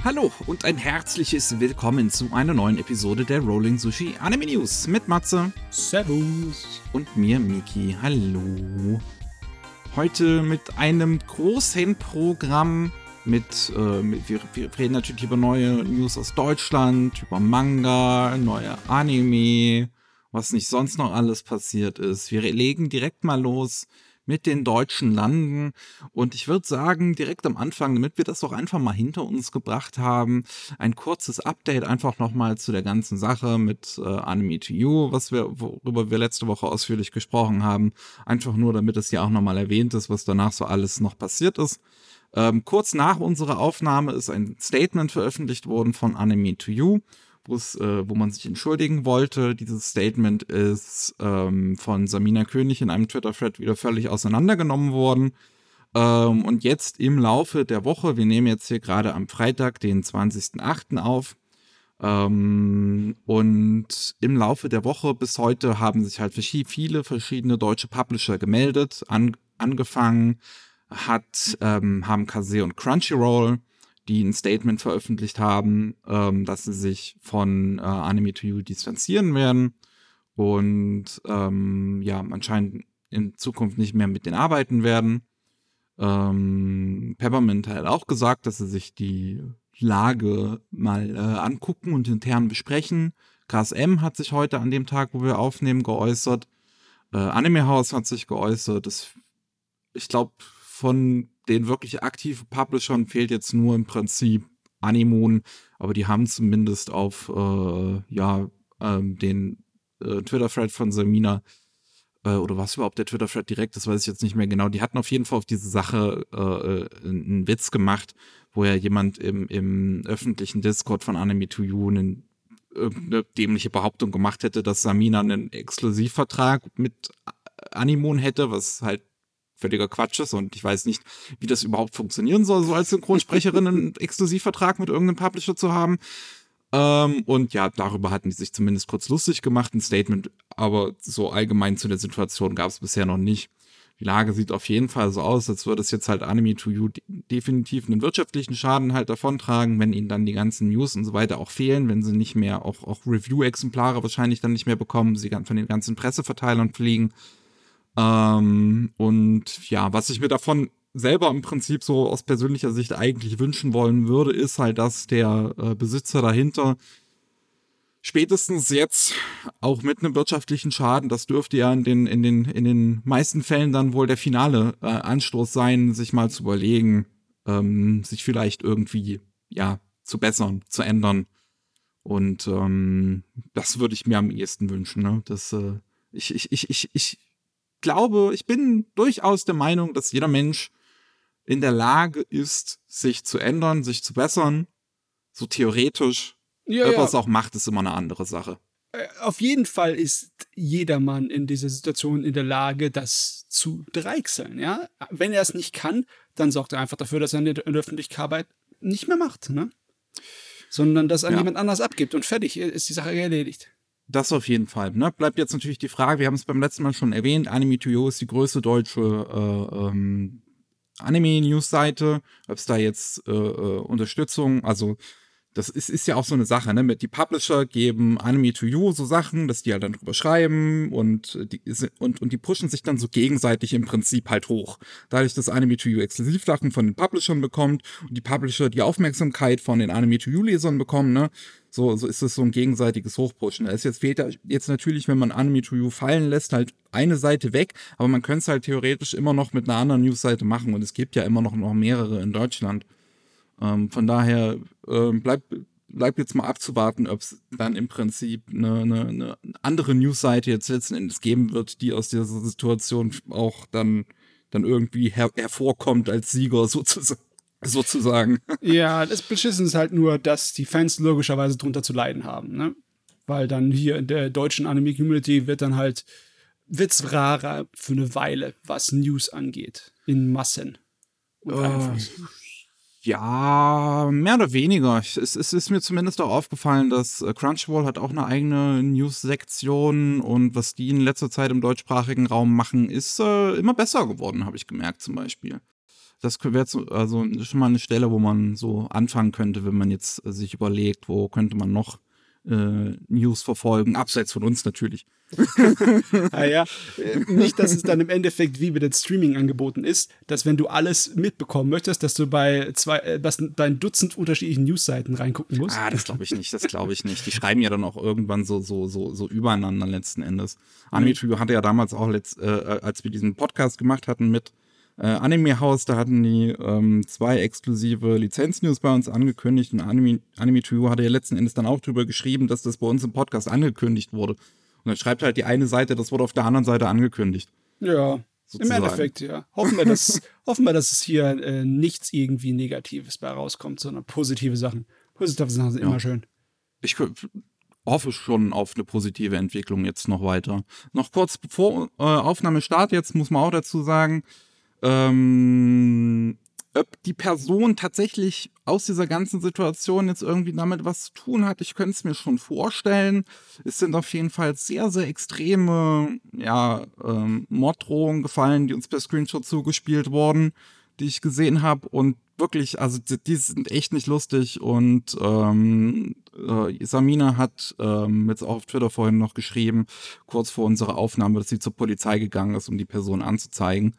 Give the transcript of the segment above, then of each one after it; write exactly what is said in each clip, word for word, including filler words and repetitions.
Hallo und ein herzliches Willkommen zu einer neuen Episode der Rolling Sushi Anime News mit Matze. Servus. Und mir, Miki. Hallo. Heute mit einem großen Programm mit, äh, mit wir, wir reden natürlich über neue News aus Deutschland, über Manga, neue Anime, was nicht sonst noch alles passiert ist. Wir legen direkt mal los mit den deutschen Landen. Und ich würde sagen, direkt am Anfang, damit wir das doch einfach mal hinter uns gebracht haben, ein kurzes Update einfach nochmal zu der ganzen Sache mit äh, Anime to You, was wir, worüber wir letzte Woche ausführlich gesprochen haben. Einfach nur, damit es ja auch nochmal erwähnt ist, was danach so alles noch passiert ist. Ähm, kurz nach unserer Aufnahme ist ein Statement veröffentlicht worden von Anime to You, Äh, wo man sich entschuldigen wollte. Dieses Statement ist ähm, von Samina König in einem Twitter-Thread wieder völlig auseinandergenommen worden. Ähm, und jetzt im Laufe der Woche, wir nehmen jetzt hier gerade am Freitag, den zwanzigsten achten auf, ähm, und im Laufe der Woche bis heute haben sich halt viele verschiedene deutsche Publisher gemeldet. An, angefangen hat, ähm, haben Kase und Crunchyroll, die ein Statement veröffentlicht haben, ähm, dass sie sich von äh, Anime to You distanzieren werden und ähm, ja, anscheinend in Zukunft nicht mehr mit denen arbeiten werden. Ähm, Peppermint hat auch gesagt, dass sie sich die Lage mal äh, angucken und intern besprechen. K S M hat sich heute an dem Tag, wo wir aufnehmen, geäußert. Äh, Anime House hat sich geäußert. Das, ich glaube, von den wirklich aktiven Publishern fehlt jetzt nur im Prinzip Animoon, aber die haben zumindest auf äh, ja ähm, den äh, Twitter-Thread von Samina äh, oder was überhaupt der Twitter-Thread direkt, das weiß ich jetzt nicht mehr genau, die hatten auf jeden Fall auf diese Sache äh, einen Witz gemacht, wo ja jemand im, im öffentlichen Discord von Anime to You eine, eine dämliche Behauptung gemacht hätte, dass Samina einen Exklusivvertrag mit Animoon hätte, was halt völliger Quatsch ist und ich weiß nicht, wie das überhaupt funktionieren soll, so als Synchronsprecherin einen Exklusivvertrag mit irgendeinem Publisher zu haben. Ähm, und ja, darüber hatten die sich zumindest kurz lustig gemacht, ein Statement, aber so allgemein zu der Situation gab es bisher noch nicht. Die Lage sieht auf jeden Fall so aus, als würde es jetzt halt Anime to You de- definitiv einen wirtschaftlichen Schaden halt davontragen, wenn ihnen dann die ganzen News und so weiter auch fehlen, wenn sie nicht mehr, auch, auch Review-Exemplare wahrscheinlich dann nicht mehr bekommen, sie von den ganzen Presseverteilern fliegen. Ähm, und ja, was ich mir davon selber im Prinzip so aus persönlicher Sicht eigentlich wünschen wollen würde, ist halt, dass der äh, Besitzer dahinter spätestens jetzt auch mit einem wirtschaftlichen Schaden, das dürfte ja in den, in den, in den meisten Fällen dann wohl der finale äh, Anstoß sein, sich mal zu überlegen, ähm, sich vielleicht irgendwie, ja, zu bessern, zu ändern. Und ähm, das würde ich mir am ehesten wünschen, ne? Das, äh, ich, ich, ich, ich, ich glaube, ich bin durchaus der Meinung, dass jeder Mensch in der Lage ist, sich zu ändern, sich zu bessern. So theoretisch. Ja, Ob er ja. es auch macht, ist immer eine andere Sache. Äh, Auf jeden Fall ist jedermann in dieser Situation in der Lage, das zu dreichseln, ja. Wenn er es nicht kann, dann sorgt er einfach dafür, dass er in der Öffentlichkeit nicht mehr macht, ne? Sondern das an Ja. jemand anders abgibt und fertig ist die Sache erledigt. Das auf jeden Fall. Ne? Bleibt jetzt natürlich die Frage, wir haben es beim letzten Mal schon erwähnt, Anime to You ist die größte deutsche äh, ähm, Anime-News-Seite. Ob es da jetzt äh, äh, Unterstützung, also das ist, ist ja auch so eine Sache, ne? Mit die Publisher geben Anime to You so Sachen, dass die halt dann drüber schreiben und die, und, und die pushen sich dann so gegenseitig im Prinzip halt hoch. Dadurch, dass Anime to You Exklusivsachen von den Publishern bekommt und die Publisher die Aufmerksamkeit von den Anime to You-Lesern bekommen, ne? So, so ist es so ein gegenseitiges Hochpushen. Es jetzt fehlt da jetzt natürlich, wenn man Anime to You fallen lässt, halt eine Seite weg, aber man könnte es halt theoretisch immer noch mit einer anderen Newsseite machen und es gibt ja immer noch, noch mehrere in Deutschland. Ähm, von daher ähm, bleibt bleib jetzt mal abzuwarten, ob es dann im Prinzip eine, eine, eine andere Newsseite jetzt letzten Endes geben wird, die aus dieser Situation auch dann, dann irgendwie her- hervorkommt als Sieger sozusagen. sozusagen. Ja, das Beschissen ist halt nur, dass die Fans logischerweise drunter zu leiden haben, ne? Weil dann hier in der deutschen Anime-Community wird dann halt, wird's rarer für eine Weile, was News angeht. In Massen. Und Äh, Einfluss. Ja, mehr oder weniger. Es, es ist mir zumindest auch aufgefallen, dass äh, Crunchyroll hat auch eine eigene News-Sektion und was die in letzter Zeit im deutschsprachigen Raum machen, ist äh, immer besser geworden, habe ich gemerkt zum Beispiel. das wäre also schon mal eine Stelle, wo man so anfangen könnte, wenn man jetzt äh, sich überlegt, wo könnte man noch äh, News verfolgen, abseits von uns natürlich. Ah ja, nicht, dass es dann im Endeffekt wie bei den Streaming-Angeboten ist, dass wenn du alles mitbekommen möchtest, dass du bei zwei, äh, dass bei ein Dutzend unterschiedlichen Newsseiten reingucken musst. Ah, das glaube ich nicht, das glaube ich nicht. Die schreiben ja dann auch irgendwann so so so so übereinander letzten Endes. Anime Trio hatte ja damals auch, letzt, äh, als wir diesen Podcast gemacht hatten mit äh, Anime House, da hatten die ähm, zwei exklusive Lizenz-News bei uns angekündigt und Anime, Anime Trio hatte ja letzten Endes dann auch drüber geschrieben, dass das bei uns im Podcast angekündigt wurde. Und dann schreibt halt die eine Seite, das wurde auf der anderen Seite angekündigt. Ja, sozusagen. Im Endeffekt, ja. Hoffen wir, dass, hoffen wir, dass es hier äh, nichts irgendwie Negatives bei rauskommt, sondern positive Sachen. Positive Sachen sind ja. immer schön. Ich hoffe schon auf eine positive Entwicklung jetzt noch weiter. Noch kurz bevor äh, Aufnahmestart, jetzt muss man auch dazu sagen, ähm, ob die Person tatsächlich aus dieser ganzen Situation jetzt irgendwie damit was zu tun hat, ich könnte es mir schon vorstellen. Es sind auf jeden Fall sehr, sehr extreme ja, ähm, Morddrohungen gefallen, die uns per Screenshot zugespielt wurden, die ich gesehen habe. Und wirklich, also die, die sind echt nicht lustig. Und ähm, äh, Samina hat ähm, jetzt auch auf Twitter vorhin noch geschrieben, kurz vor unserer Aufnahme, dass sie zur Polizei gegangen ist, um die Person anzuzeigen.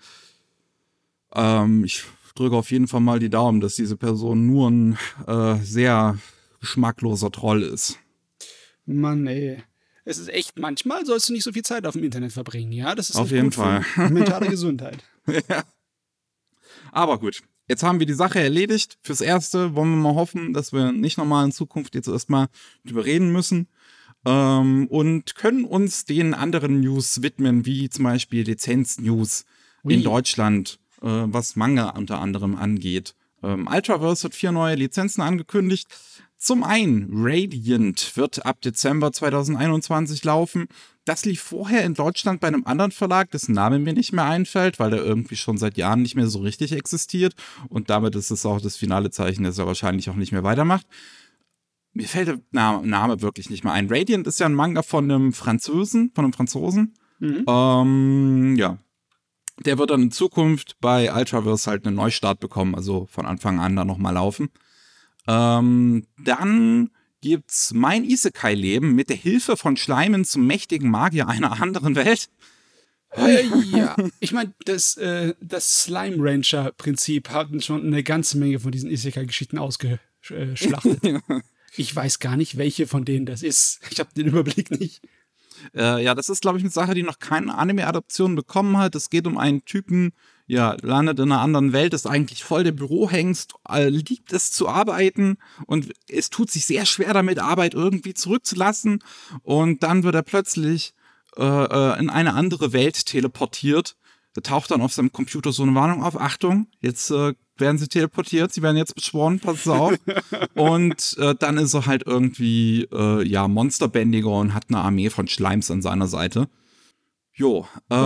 Ähm, ich drücke auf jeden Fall mal die Daumen, dass diese Person nur ein äh, sehr geschmackloser Troll ist. Mann, ey. Es ist echt, manchmal sollst du nicht so viel Zeit auf dem Internet verbringen, ja? Das ist auf jeden Fall. Mentale Gesundheit. Ja. Aber gut, jetzt haben wir die Sache erledigt. Fürs Erste wollen wir mal hoffen, dass wir nicht nochmal in Zukunft jetzt erstmal drüber reden müssen. Ähm, und können uns den anderen News widmen, wie zum Beispiel Lizenz-News oui. in Deutschland, was Manga unter anderem angeht. Ähm, Ultraverse hat vier neue Lizenzen angekündigt. Zum einen, Radiant wird ab Dezember zwanzig einundzwanzig laufen. Das lief vorher in Deutschland bei einem anderen Verlag, dessen Name mir nicht mehr einfällt, weil der irgendwie schon seit Jahren nicht mehr so richtig existiert. Und damit ist es auch das finale Zeichen, dass er wahrscheinlich auch nicht mehr weitermacht. Mir fällt der Name, Name wirklich nicht mehr ein. Radiant ist ja ein Manga von einem Franzosen, von einem Franzosen. Mhm. Ähm, ja. Der wird dann in Zukunft bei Ultraverse halt einen Neustart bekommen, also von Anfang an da nochmal laufen. Ähm, dann gibt's Mein Isekai-Leben mit der Hilfe von Schleimen zum mächtigen Magier einer anderen Welt. Äh, ja, ich meine, das, äh, das Slime Rancher-Prinzip hatten schon eine ganze Menge von diesen Isekai-Geschichten ausgeschlachtet. Ja. Ich weiß gar nicht, welche von denen das ist. Ich habe den Überblick nicht. Äh, ja, das ist, glaube ich, eine Sache, die noch keine Anime-Adaption bekommen hat. Es geht um einen Typen, ja, landet in einer anderen Welt, ist eigentlich voll der Bürohengst, äh, liebt es zu arbeiten und es tut sich sehr schwer damit, Arbeit irgendwie zurückzulassen. Und dann wird er plötzlich äh, äh, in eine andere Welt teleportiert. Da taucht dann auf seinem Computer so eine Warnung auf, Achtung, jetzt äh, werden sie teleportiert, sie werden jetzt beschworen, pass auf. Und äh, dann ist er halt irgendwie, äh, ja, Monsterbändiger und hat eine Armee von Schleims an seiner Seite. Jo,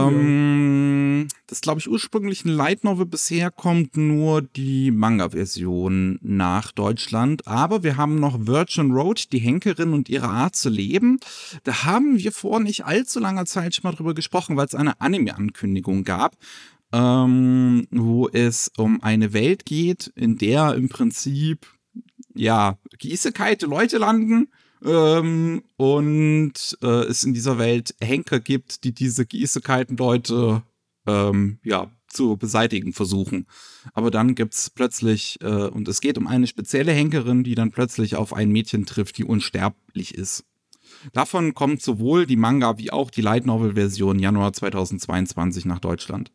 ähm, oh, das glaube ich ursprünglich ein Light Novel, bisher kommt nur die Manga-Version nach Deutschland, aber wir haben noch Virgin Road, die Henkerin und ihre Art zu leben. Da haben wir vor nicht allzu langer Zeit schon mal drüber gesprochen, weil es eine Anime-Ankündigung gab, ähm, wo es um eine Welt geht, in der im Prinzip, ja, isekai-te Leute landen. Ähm, und äh, es in dieser Welt Henker gibt, die diese Isekai-Leute ähm, ja, zu beseitigen versuchen. Aber dann gibt's plötzlich, äh, und es geht um eine spezielle Henkerin, die dann plötzlich auf ein Mädchen trifft, die unsterblich ist. Davon kommt sowohl die Manga wie auch die Light Novel-Version Januar zweitausendzweiundzwanzig nach Deutschland.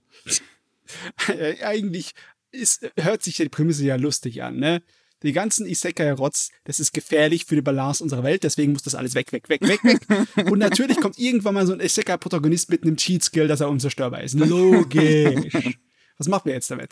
Eigentlich ist, hört sich die Prämisse ja lustig an, ne? Die ganzen Isekai-Rotz, das ist gefährlich für die Balance unserer Welt, deswegen muss das alles weg, weg, weg, weg, weg. Und natürlich kommt irgendwann mal so ein Isekai-Protagonist mit einem Cheat-Skill, dass er unzerstörbar ist. Logisch. Was machen wir jetzt damit?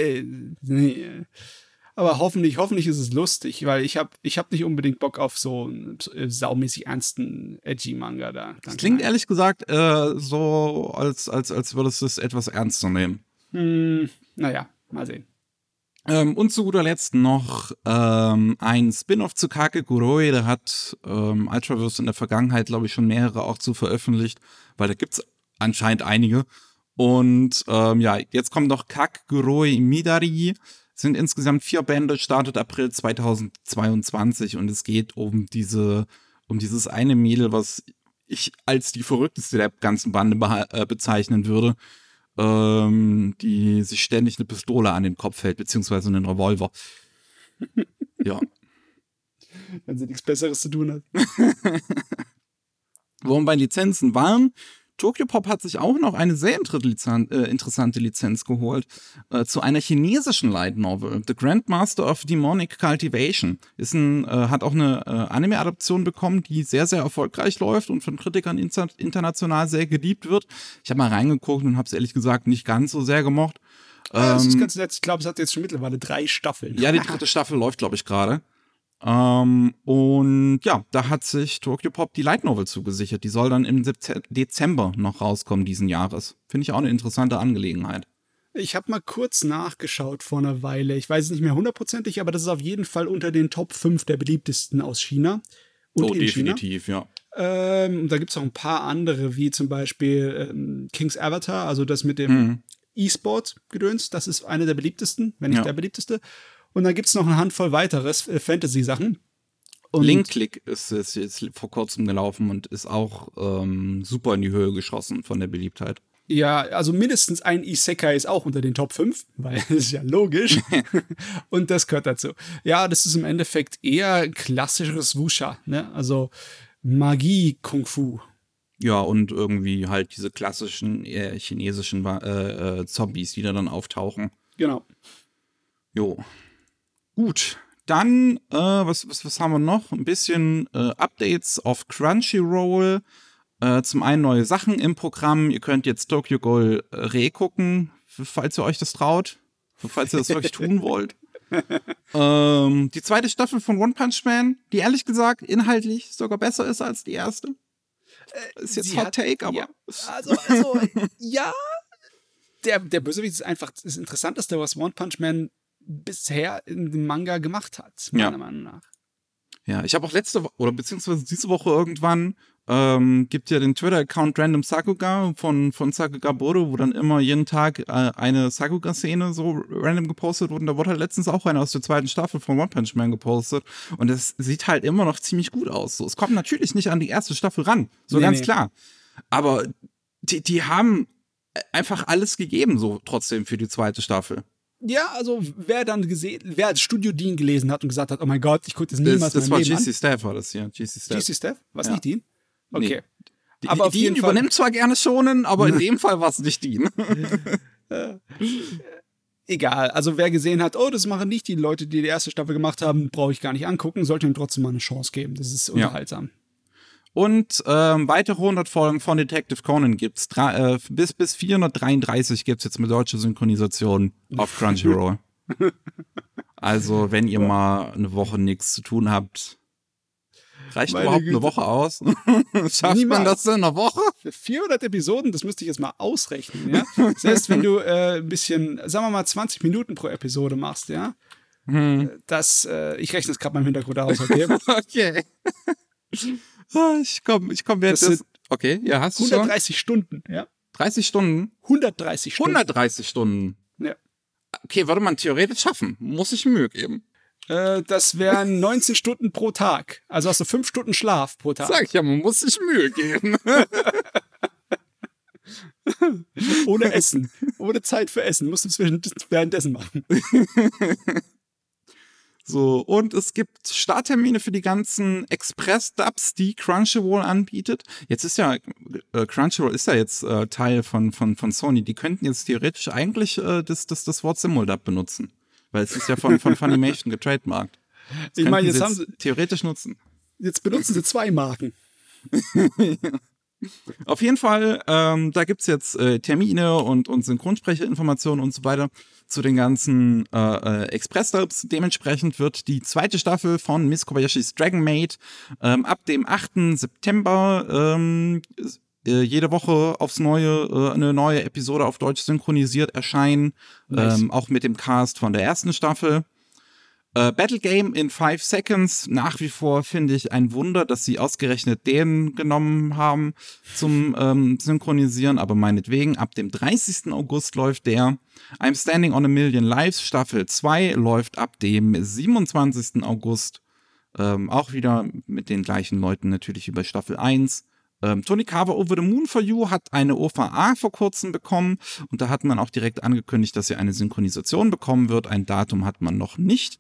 Ne? Aber hoffentlich, hoffentlich ist es lustig, weil ich habe ich hab nicht unbedingt Bock auf so einen saumäßig ernsten Edgy-Manga da. Das klingt nein. ehrlich gesagt äh, so, als, als, als würdest du es etwas ernster nehmen. Hm, naja, mal sehen. Ähm, und zu guter Letzt noch ähm, ein Spin-off zu Kakeguroi. Da hat ähm, Ultraverse in der Vergangenheit, glaube ich, schon mehrere auch zu veröffentlicht, weil da gibt's anscheinend einige. Und ähm, ja, jetzt kommt noch Kakegurui Midari. Sind insgesamt vier Bände, startet April zweitausendzweiundzwanzig und es geht um diese, um dieses eine Mädel, was ich als die verrückteste der ganzen Bande be- äh, bezeichnen würde, ähm, die sich ständig eine Pistole an den Kopf hält, beziehungsweise einen Revolver. Ja. Wenn sie nichts Besseres zu tun hat. Wo wir bei Lizenzen waren, Tokyopop hat sich auch noch eine sehr inter- äh, interessante Lizenz geholt äh, zu einer chinesischen Light Novel. The Grandmaster of Demonic Cultivation ist ein, äh, hat auch eine äh, Anime-Adaption bekommen, die sehr, sehr erfolgreich läuft und von Kritikern inter- international sehr geliebt wird. Ich habe mal reingeguckt und habe es ehrlich gesagt nicht ganz so sehr gemocht. Ja, das ist Ähm, ganz nett. Ich glaube, es hat jetzt schon mittlerweile drei Staffeln. Ja, die dritte Staffel läuft, glaube ich, gerade. Ähm, und ja, da hat sich Tokyopop die Light Novel zugesichert. Die soll dann im Sepze- Dezember noch rauskommen diesen Jahres. Finde ich auch eine interessante Angelegenheit. Ich habe mal kurz nachgeschaut vor einer Weile. Ich weiß es nicht mehr hundertprozentig, aber das ist auf jeden Fall unter den Top fünf der beliebtesten aus China. Und oh, in definitiv, China. ja. Ähm, da gibt es auch ein paar andere, wie zum Beispiel ähm, King's Avatar, also das mit dem Mhm. E-Sport-Gedöns. Das ist eine der beliebtesten, wenn nicht Ja. der beliebteste. Und dann gibt es noch eine Handvoll weiteres äh, Fantasy-Sachen. Und Link Click ist, ist jetzt vor kurzem gelaufen und ist auch ähm, super in die Höhe geschossen von der Beliebtheit. ja, also mindestens ein Isekai ist auch unter den Top fünf, weil das ist ja logisch. Und das gehört dazu. Ja, das ist im Endeffekt eher klassisches Wuxia, ne? Also Magie, Kung Fu. Ja, und irgendwie halt diese klassischen äh, chinesischen äh, äh, Zombies, die da dann auftauchen. Genau. Jo. Gut. Dann, äh, was, was, was haben wir noch? Ein bisschen äh, Updates auf Crunchyroll. Äh, zum einen neue Sachen im Programm. Ihr könnt jetzt Tokyo Ghoul äh, re-gucken, falls ihr euch das traut. Falls ihr das wirklich tun wollt. ähm, die zweite Staffel von One Punch Man, die ehrlich gesagt inhaltlich sogar besser ist als die erste. Ist jetzt Sie Hot hat- Take, aber. Ja, also, also ja. Der, der Bösewicht ist einfach das Interessanteste, was One Punch Man bisher in dem Manga gemacht hat, meiner Ja. Meinung nach. Ja, ich habe auch letzte Woche, oder beziehungsweise diese Woche irgendwann, ähm, gibt ja den Twitter-Account Random Sakuga von, von Sakuga Bodo, wo dann immer jeden Tag äh, eine Sakuga-Szene so random gepostet wurde. Und da wurde halt letztens auch eine aus der zweiten Staffel von One Punch Man gepostet. Und es sieht halt immer noch ziemlich gut aus. So, es kommt natürlich nicht an die erste Staffel ran, so Nee, ganz nee. klar. Aber die, die haben einfach alles gegeben, so trotzdem für die zweite Staffel. Ja, also wer dann gesehen, wer als Studio Dean gelesen hat und gesagt hat, oh mein Gott, ich gucke das Das, niemals das in war meinem Leben G C Staff, war das ja. G C an. Staff. G C Steph? Was Ja. nicht Dean? Nee. Okay. Die, Aber auf Dean jeden Fall- übernimmt zwar gerne Shonen, aber in dem Fall war es nicht Dean. Egal, also wer gesehen hat, oh, das machen nicht die Leute, die die erste Staffel gemacht haben, brauche ich gar nicht angucken, sollte ihm trotzdem mal eine Chance geben. Das ist unterhaltsam. Und ähm, weitere hundert Folgen von Detective Conan gibt's. Dra- äh, bis, bis vierhundertdreiunddreißig gibt's jetzt mit deutscher Synchronisation auf Crunchyroll. Also, wenn ihr mal eine Woche nichts zu tun habt, reicht Meine überhaupt Güte. eine Woche aus? Schafft man Niemals. das in einer Woche? Für vierhundert Episoden, das müsste ich jetzt mal ausrechnen, ja. Selbst wenn du äh, ein bisschen, sagen wir mal, zwanzig Minuten pro Episode machst, ja. Hm. Das, äh, ich rechne es gerade mal im Hintergrund aus, okay? Okay. Ah, ich komm, ich komm Das während sind Okay, ja, hast du schon? hundertdreißig Stunden, ja. dreißig Stunden? hundertdreißig Stunden. hundertdreißig Stunden. Ja. Okay, würde man theoretisch schaffen. Muss ich Mühe geben. Äh, das wären neunzehn Stunden pro Tag. Also hast du fünf Stunden Schlaf pro Tag. Sag ich ja, man muss sich Mühe geben. Ohne Essen. Ohne Zeit für Essen. Musst du zwischen währenddessen machen. So, und es gibt Starttermine für die ganzen Express-Dubs, die Crunchyroll anbietet. Jetzt ist ja, äh, Crunchyroll ist ja jetzt äh, Teil von, von, von Sony. Die könnten jetzt theoretisch eigentlich äh, das, das, das Wort Simuldub benutzen. Weil es ist ja von, von Funimation getrademarkt. Das Ich meine, könnten jetzt sie haben sie, theoretisch nutzen. jetzt benutzen sie zwei Marken. Auf jeden Fall, ähm, da gibt's jetzt äh, Termine und, und Synchronsprecherinformationen und so weiter zu den ganzen äh, äh, Express-Dubs. Dementsprechend wird die zweite Staffel von Miss Kobayashis Dragon Maid ähm, ab dem achten September ähm, äh, jede Woche aufs Neue äh, eine neue Episode auf Deutsch synchronisiert erscheinen. Nice. Ähm, auch mit dem Cast von der ersten Staffel. Äh, Battle Game in five Seconds, nach wie vor finde ich ein Wunder, dass sie ausgerechnet den genommen haben zum ähm, Synchronisieren, aber meinetwegen, ab dem dreißigsten August läuft der. I'm Standing on a Million Lives, Staffel zwei läuft ab dem siebenundzwanzigsten August, ähm, auch wieder mit den gleichen Leuten natürlich wie bei Staffel eins. Ähm, Tony Carver Over the Moon for You hat eine O V A vor kurzem bekommen und da hat man auch direkt angekündigt, dass sie eine Synchronisation bekommen wird. Ein Datum hat man noch nicht.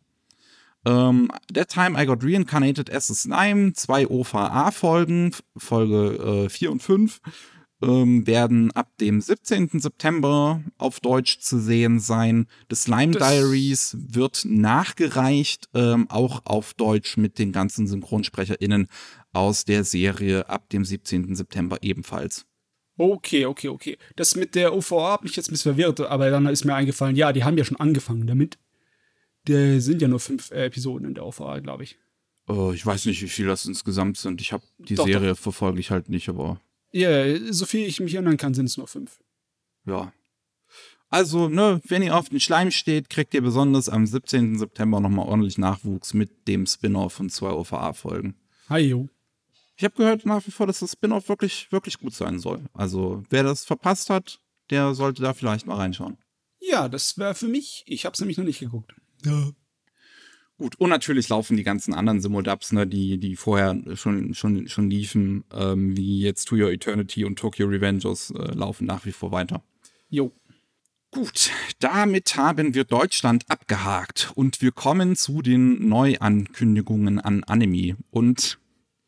Um, That Time I Got Reincarnated as a Slime, zwei O V A-Folgen, Folge äh, vier und fünf, ähm, werden ab dem siebzehnten September auf Deutsch zu sehen sein. The Slime das Diaries wird nachgereicht, ähm, auch auf Deutsch mit den ganzen SynchronsprecherInnen aus der Serie ab dem siebzehnten September ebenfalls. Okay, okay, okay. Das mit der O V A hat mich jetzt ein bisschen verwirrt, aber dann ist mir eingefallen, ja, die haben ja schon angefangen damit. Der sind ja nur fünf äh, Episoden in der O V A, glaube ich. Uh, ich weiß nicht, wie viel das insgesamt sind. Ich habe die doch, Serie doch. verfolge ich halt nicht, aber. Ja, yeah, so viel ich mich erinnern kann, sind es nur fünf. Ja. Also, ne, wenn ihr auf den Schleim steht, kriegt ihr besonders am siebzehnten September nochmal ordentlich Nachwuchs mit dem Spin-off von zwei O V A-Folgen. Hi, jo. Ich habe gehört nach wie vor, dass das Spin-off wirklich, wirklich gut sein soll. Also, wer das verpasst hat, der sollte da vielleicht mal reinschauen. Ja, das wäre für mich. Ich habe es nämlich noch nicht geguckt. Ja. Gut, und natürlich laufen die ganzen anderen Simuldubs, ne, die, die vorher schon, schon, schon liefen, ähm, wie jetzt To Your Eternity und Tokyo Revengers, äh, laufen nach wie vor weiter. Jo. Gut, damit haben wir Deutschland abgehakt und wir kommen zu den Neuankündigungen an Anime. Und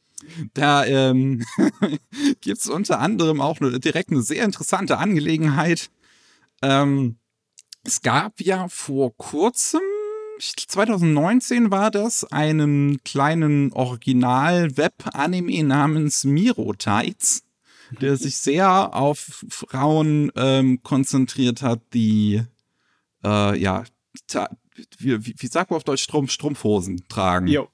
da ähm, gibt es unter anderem auch eine, direkt eine sehr interessante Angelegenheit. Ähm, es gab ja vor kurzem, zwanzig neunzehn war das, einen kleinen Original-Web-Anime namens Miro Tights, der sich sehr auf Frauen ähm, konzentriert hat, die, äh, ja, ta- wie, wie, wie sagt man auf Deutsch, Strumpf, Strumpfhosen tragen. Jo.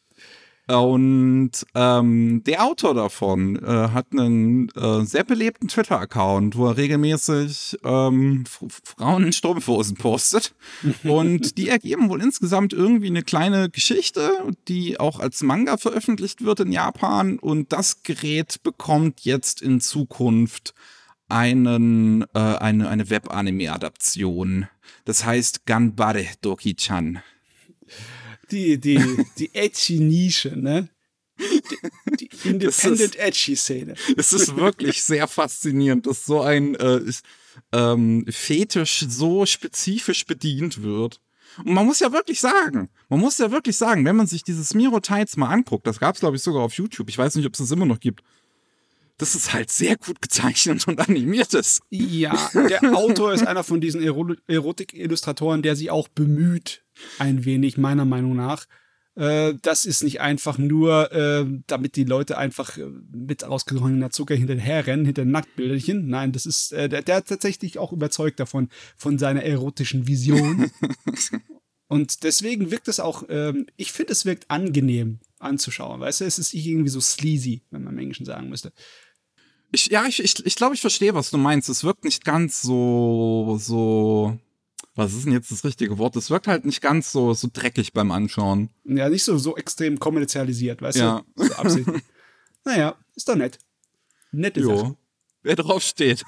Und ähm, der Autor davon äh, hat einen äh, sehr belebten Twitter-Account, wo er regelmäßig ähm, F- Frauen in Strumpfhosen postet. Und die ergeben wohl insgesamt irgendwie eine kleine Geschichte, die auch als Manga veröffentlicht wird in Japan. Und das Gerät bekommt jetzt in Zukunft einen, äh, eine, eine Web-Anime-Adaption. Das heißt Ganbare Doki-chan. Die, die, die Edgy-Nische, ne? Die, die Independent-Edgy-Szene. Es ist wirklich sehr faszinierend, dass so ein äh, ähm, Fetisch so spezifisch bedient wird. Und man muss ja wirklich sagen, man muss ja wirklich sagen, wenn man sich dieses Miro Tights mal anguckt, das gab es glaube ich sogar auf YouTube, ich weiß nicht, ob es das immer noch gibt, das ist halt sehr gut gezeichnet und animiert ist. Ja, der Autor ist einer von diesen Ero- Erotik-Illustratoren, der sich auch bemüht, ein wenig, meiner Meinung nach. Äh, das ist nicht einfach nur, äh, damit die Leute einfach äh, mit ausgehangener Zucker hinterherrennen, hinter Nacktbilderchen. Nein, das ist, äh, der, der ist tatsächlich auch überzeugt davon, von seiner erotischen Vision. Und deswegen wirkt es auch, äh, ich finde, es wirkt angenehm anzuschauen. Weißt du, es ist nicht irgendwie so sleazy, wenn man im Englischen sagen müsste. Ich, ja, ich, ich, ich glaube, ich verstehe, was du meinst. Es wirkt nicht ganz so, so, was ist denn jetzt das richtige Wort? Es wirkt halt nicht ganz so, so dreckig beim Anschauen. Ja, nicht so, so extrem kommerzialisiert, weißt ja. du? So absichtlich. Naja, ist doch nett. Nette jo. Sache. Wer drauf steht.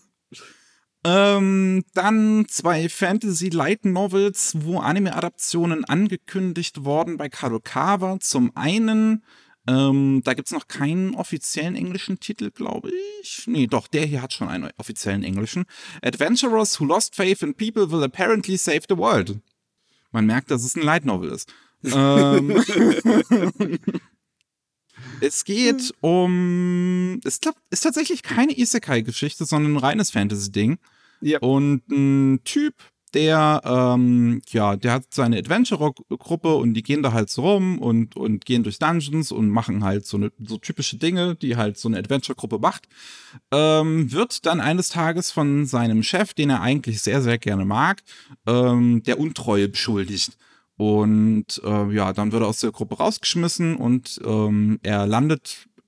ähm, dann zwei Fantasy-Light-Novels, wo Anime-Adaptionen angekündigt worden bei Kadokawa. Zum einen Ähm, da gibt's noch keinen offiziellen englischen Titel, glaube ich. Nee, doch, der hier hat schon einen offiziellen englischen. Adventurers who lost faith in people will apparently save the world. Man merkt, dass es ein Light Novel ist. ähm, es geht um, es glaub, ist tatsächlich keine Isekai-Geschichte, sondern ein reines Fantasy-Ding. Yep. Und ein Typ, der, ähm, ja, der hat seine Adventurer-Gruppe und die gehen da halt so rum und, und gehen durch Dungeons und machen halt so, eine, so typische Dinge, die halt so eine Adventure-Gruppe macht. Ähm, wird dann eines Tages von seinem Chef, den er eigentlich sehr, sehr gerne mag, ähm, der Untreue beschuldigt. Und äh, ja, dann wird er aus der Gruppe rausgeschmissen und ähm, er landet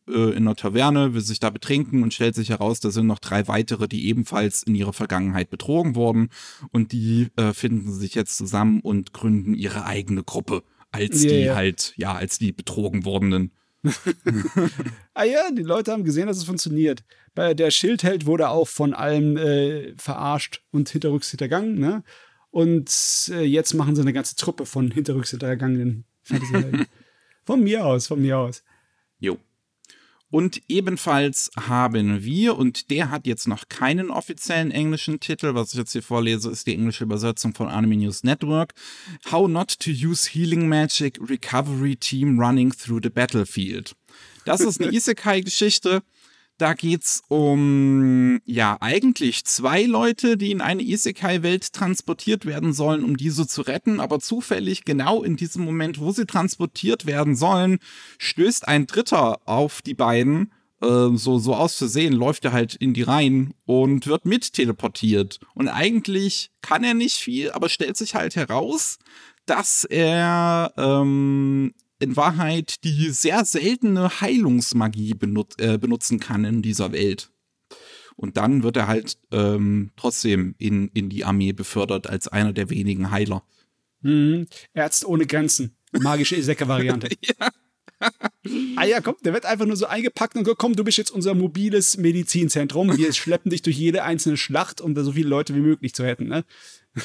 äh, in einer Taverne, will sich da betrinken und stellt sich heraus, da sind noch drei weitere, die ebenfalls in ihrer Vergangenheit betrogen wurden. Und die äh, finden sich jetzt zusammen und gründen ihre eigene Gruppe, als Ja, die ja. halt, ja, als die betrogen wurdenen. Ah ja, die Leute haben gesehen, dass es funktioniert. Bei der Schildheld wurde auch von allem äh, verarscht und hinterrücks hintergangen, ne? Und äh, jetzt machen sie eine ganze Truppe von hinterrücks hintergangenen Fantasyhelden. Von mir aus, von mir aus. Jo. Und ebenfalls haben wir, und der hat jetzt noch keinen offiziellen englischen Titel, was ich jetzt hier vorlese, ist die englische Übersetzung von Anime News Network. How Not to Use Healing Magic Recovery Team Running Through the Battlefield. Das ist eine Isekai-Geschichte. Da geht's um, ja, eigentlich zwei Leute, die in eine Isekai-Welt transportiert werden sollen, um diese zu retten, aber zufällig genau in diesem Moment, wo sie transportiert werden sollen, stößt ein Dritter auf die beiden, äh, so, so auszusehen, läuft er halt in die Reihen und wird mit teleportiert. Und eigentlich kann er nicht viel, aber stellt sich halt heraus, dass er, ähm, in Wahrheit die sehr seltene Heilungsmagie benut- äh, benutzen kann in dieser Welt. Und dann wird er halt ähm, trotzdem in, in die Armee befördert als einer der wenigen Heiler. Mhm. Ärzte ohne Grenzen. Magische Isekai-Variante. Ja. Ah ja, komm, der wird einfach nur so eingepackt und komm, du bist jetzt unser mobiles Medizinzentrum. Wir schleppen dich durch jede einzelne Schlacht, um da so viele Leute wie möglich zu retten, ne?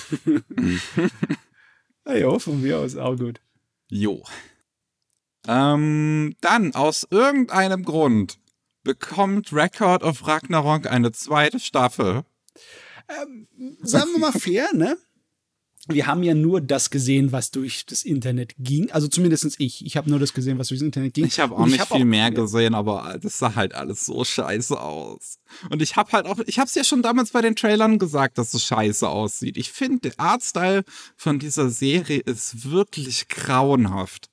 Ah ja, von mir aus auch gut. Jo. Ähm, dann, aus irgendeinem Grund, bekommt Record of Ragnarok eine zweite Staffel. Ähm, sagen wir mal fair, ne? Wir haben ja nur das gesehen, was durch das Internet ging. Also zumindest ich. Ich habe nur das gesehen, was durchs Internet ging. Ich habe auch Und nicht hab viel auch, mehr gesehen, aber das sah halt alles so scheiße aus. Und ich habe halt auch, ich habe es ja schon damals bei den Trailern gesagt, dass es scheiße aussieht. Ich finde, der Artstyle von dieser Serie ist wirklich grauenhaft.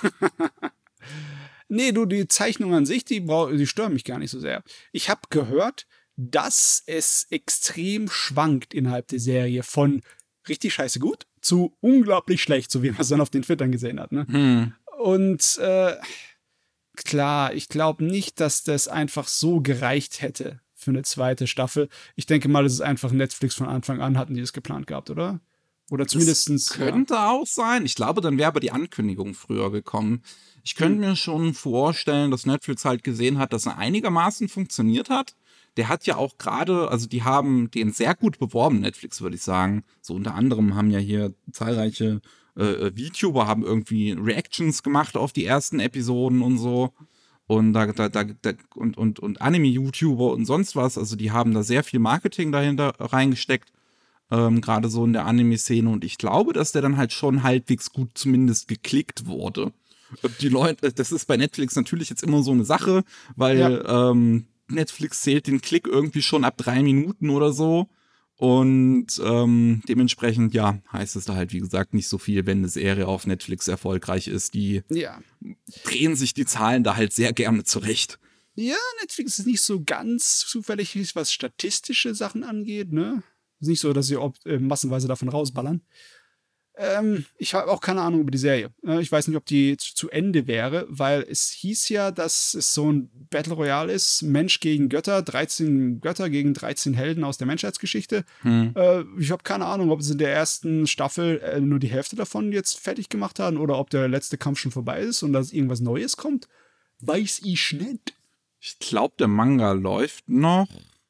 Nee, du, die Zeichnung an sich, die, brau- die stören mich gar nicht so sehr. Ich habe gehört, dass es extrem schwankt innerhalb der Serie von richtig scheiße gut zu unglaublich schlecht, so wie man es dann auf den Twittern gesehen hat. Ne? Hm. Und äh, klar, ich glaube nicht, dass das einfach so gereicht hätte für eine zweite Staffel. Ich denke mal, es ist einfach Netflix von Anfang an, hatten die das geplant gehabt, oder? Oder zumindestens. Das könnte ja auch sein. Ich glaube, dann wäre aber die Ankündigung früher gekommen. Ich könnte hm. mir schon vorstellen, dass Netflix halt gesehen hat, dass er einigermaßen funktioniert hat. Der hat ja auch gerade, also die haben den sehr gut beworben, Netflix, würde ich sagen. So unter anderem haben ja hier zahlreiche äh, VTuber haben irgendwie Reactions gemacht auf die ersten Episoden und so. Und da, da, da, da und, und, und Anime-YouTuber und sonst was. Also die haben da sehr viel Marketing dahinter reingesteckt. Ähm, gerade so in der Anime-Szene. Und ich glaube, dass der dann halt schon halbwegs gut zumindest geklickt wurde. Die Leute, das ist bei Netflix natürlich jetzt immer so eine Sache, weil ja. ähm, Netflix zählt den Klick irgendwie schon ab drei Minuten oder so. Und ähm, dementsprechend, ja, heißt es da halt, wie gesagt, nicht so viel, wenn eine Serie auf Netflix erfolgreich ist. Die ja. drehen sich die Zahlen da halt sehr gerne zurecht. Ja, Netflix ist nicht so ganz zufällig, was statistische Sachen angeht, ne? Ist nicht so, dass sie ob, äh, massenweise davon rausballern. Ähm, ich habe auch keine Ahnung über die Serie. Äh, ich weiß nicht, ob die zu, zu Ende wäre, weil es hieß ja, dass es so ein Battle Royale ist, Mensch gegen Götter, dreizehn Götter gegen dreizehn Helden aus der Menschheitsgeschichte. Hm. Äh, ich habe keine Ahnung, ob sie in der ersten Staffel äh, nur die Hälfte davon jetzt fertig gemacht haben oder ob der letzte Kampf schon vorbei ist und dass irgendwas Neues kommt. Weiß ich nicht. Ich glaube, der Manga läuft noch.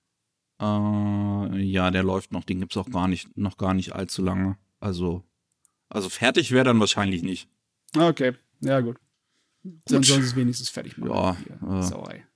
Äh, ja, der läuft noch. Den gibt's auch gar nicht, noch gar nicht allzu lange. Also Also fertig wäre dann wahrscheinlich nicht. Okay, ja gut. Dann sollen sie es wenigstens fertig machen. Ja. Äh. Sauerei.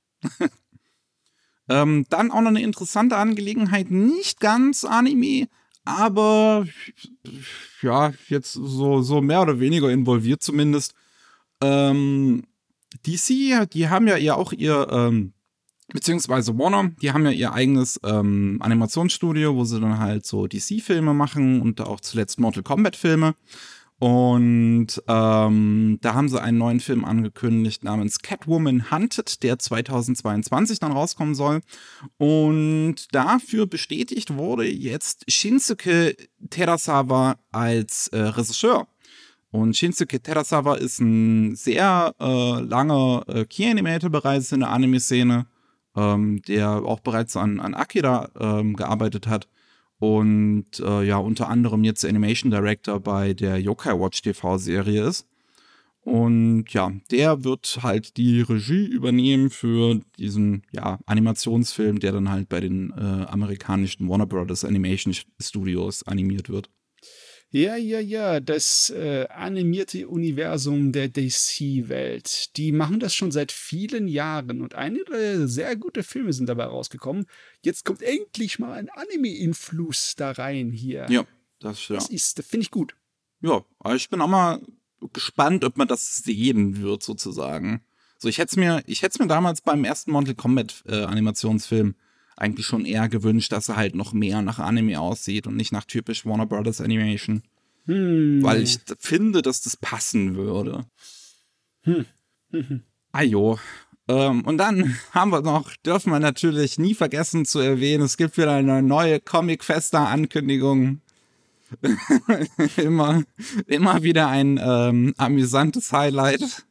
ähm, dann auch noch eine interessante Angelegenheit. Nicht ganz Anime, aber ja, jetzt so, so mehr oder weniger involviert zumindest. Ähm, D C, die haben ja ihr auch ihr, ähm, beziehungsweise Warner, die haben ja ihr eigenes ähm, Animationsstudio, wo sie dann halt so D C-Filme machen und auch zuletzt Mortal Kombat-Filme. Und ähm, da haben sie einen neuen Film angekündigt namens Catwoman Hunted, der zweitausendzweiundzwanzig dann rauskommen soll. Und dafür bestätigt wurde jetzt Shinsuke Terasawa als äh, Regisseur. Und Shinsuke Terasawa ist ein sehr äh, langer äh, Key-Animator bereits in der Anime-Szene, ähm, der auch bereits an, an Akira ähm, gearbeitet hat. Und äh, ja, unter anderem jetzt Animation Director bei der Yokai Watch T V-Serie ist. Und ja, der wird halt die Regie übernehmen für diesen ja, Animationsfilm, der dann halt bei den äh, amerikanischen Warner Brothers Animation Studios animiert wird. Ja, ja, ja, das äh, animierte Universum der D C-Welt. Die machen das schon seit vielen Jahren und einige sehr gute Filme sind dabei rausgekommen. Jetzt kommt endlich mal ein Anime-Influss da rein hier. Ja, das, ja. Das ist, das finde ich gut. Ja, aber ich bin auch mal gespannt, ob man das sehen wird, sozusagen. So, ich hätte es mir, ich hätte es mir damals beim ersten Mortal Kombat äh, Animationsfilm eigentlich schon eher gewünscht, dass er halt noch mehr nach Anime aussieht und nicht nach typisch Warner Brothers Animation. Hm. Weil ich d- finde, dass das passen würde. Hm. Mhm. Ajo. Ähm, und dann haben wir noch, dürfen wir natürlich nie vergessen zu erwähnen, es gibt wieder eine neue Comic-Festa-Ankündigung. immer, immer wieder ein ähm, amüsantes Highlight.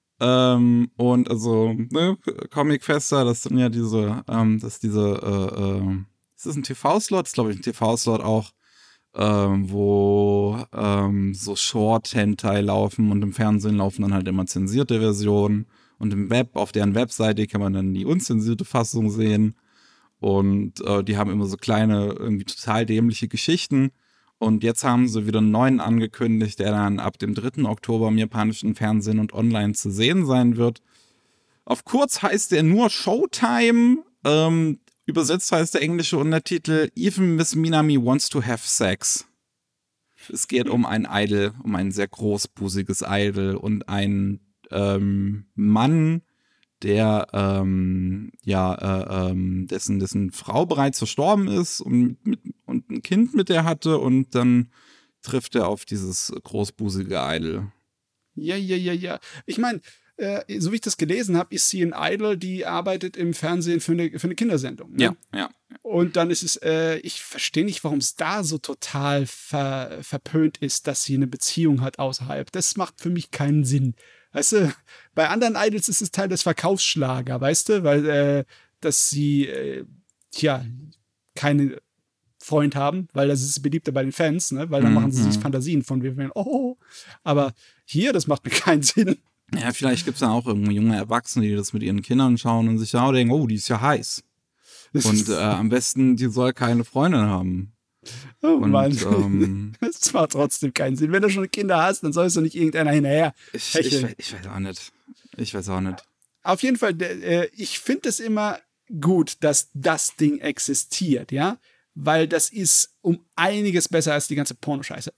Ähm, und also, ne, Comic Festa, das sind ja diese, ähm, das ist diese, äh, äh, ist das ein T V-Slot? Das ist, glaube ich, ein T V-Slot auch, ähm, wo ähm, so Short-Hentai laufen und im Fernsehen laufen dann halt immer zensierte Versionen. Und im Web, auf deren Webseite kann man dann die unzensierte Fassung sehen. Und äh, die haben immer so kleine, irgendwie total dämliche Geschichten. Und jetzt haben sie wieder einen neuen angekündigt, der dann ab dem dritten Oktober im japanischen Fernsehen und online zu sehen sein wird. Auf kurz heißt der nur Showtime. Ähm, übersetzt heißt der englische Untertitel Even Miss Minami Wants to Have Sex. Es geht um ein Idol, um ein sehr großbusiges Idol und einen ähm, Mann, der ähm, ja äh, ähm, dessen dessen Frau bereits verstorben ist und mit, und ein Kind mit der hatte und dann trifft er auf dieses großbusige Idol. Ja, ja, ja, ja. Ich meine, äh, so wie ich das gelesen habe, ist sie ein Idol, die arbeitet im Fernsehen für eine, für eine Kindersendung. Ne? Ja, ja. Und dann ist es, äh, ich verstehe nicht, warum es da so total ver, verpönt ist, dass sie eine Beziehung hat außerhalb. Das macht für mich keinen Sinn. Weißt du, bei anderen Idols ist es Teil des Verkaufsschlager, weißt du, weil, äh, dass sie, äh, tja, keinen Freund haben, weil das ist beliebter bei den Fans, ne, weil dann Mhm. machen sie sich Fantasien von, wir werden, oh, aber hier, das macht mir keinen Sinn. Ja, vielleicht gibt es ja auch irgendwie junge Erwachsene, die das mit ihren Kindern schauen und sich auch denken, oh, die ist ja heiß. Und äh, am besten, die soll keine Freundin haben. Oh Und Mann, ähm, das macht trotzdem keinen Sinn. Wenn du schon Kinder hast, dann sollst du nicht irgendeiner hinterher. ich, ich, Hecheln. ich weiß auch nicht. Ich weiß auch nicht. Auf jeden Fall, der, äh, ich finde es immer gut, dass das Ding existiert, ja, weil das ist um einiges besser als die ganze Pornoscheiße.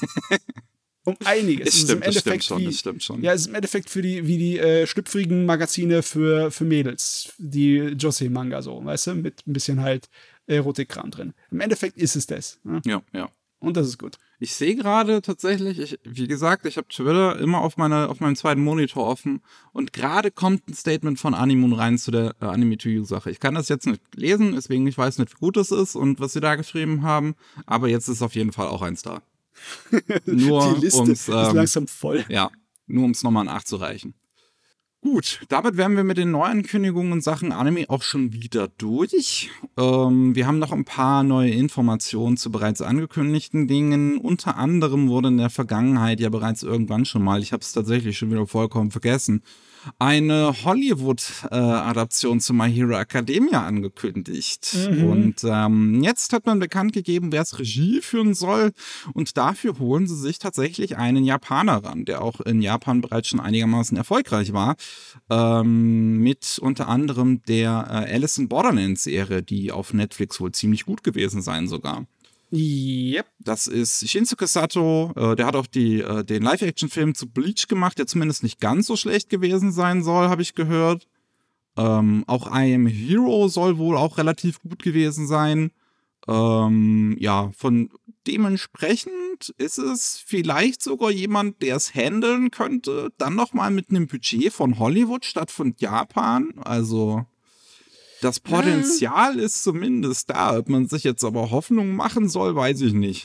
Um einiges. Es Es ist stimmt, im das stimmt Endeffekt schon, wie, das stimmt schon. Ja, es ist im Endeffekt für die, wie die äh, schlüpfrigen Magazine für, für Mädels, die Josei-Manga so, weißt du, mit ein bisschen halt Erotikkram drin. Im Endeffekt ist es das. Ne? Ja, ja. Und das ist gut. Ich sehe gerade tatsächlich, ich, wie gesagt, ich habe Twitter immer auf, meine, auf meinem zweiten Monitor offen und gerade kommt ein Statement von Animoon rein zu der äh, Anime-to-You-Sache. Ich kann das jetzt nicht lesen, deswegen ich weiß nicht, wie gut das ist und was sie da geschrieben haben, aber jetzt ist auf jeden Fall auch eins da. Nur die Liste ums, ist ähm, langsam voll. Ja, nur um es nochmal nachzureichen. Gut, damit wären wir mit den Neuankündigungen in Sachen Anime auch schon wieder durch. Ähm, wir haben noch ein paar neue Informationen zu bereits angekündigten Dingen. Unter anderem wurde in der Vergangenheit ja bereits irgendwann schon mal, ich habe es tatsächlich schon wieder vollkommen vergessen, eine Hollywood-Adaption äh, zu My Hero Academia angekündigt. Mhm. Und ähm, jetzt hat man bekannt gegeben, wer es Regie führen soll. Und dafür holen sie sich tatsächlich einen Japaner ran, der auch in Japan bereits schon einigermaßen erfolgreich war. Ähm, mit unter anderem der äh, Alice in Borderland-Serie, die auf Netflix wohl ziemlich gut gewesen sein sogar. Yep. Das ist Shinsuke Sato, äh, der hat auch die, äh, den Live-Action-Film zu Bleach gemacht, der zumindest nicht ganz so schlecht gewesen sein soll, habe ich gehört. Ähm, auch I Am Hero soll wohl auch relativ gut gewesen sein. Ähm, ja, von dementsprechend ist es vielleicht sogar jemand, der es handeln könnte, dann nochmal mit einem Budget von Hollywood statt von Japan, also das Potenzial ist zumindest da. Ob man sich jetzt aber Hoffnung machen soll, weiß ich nicht.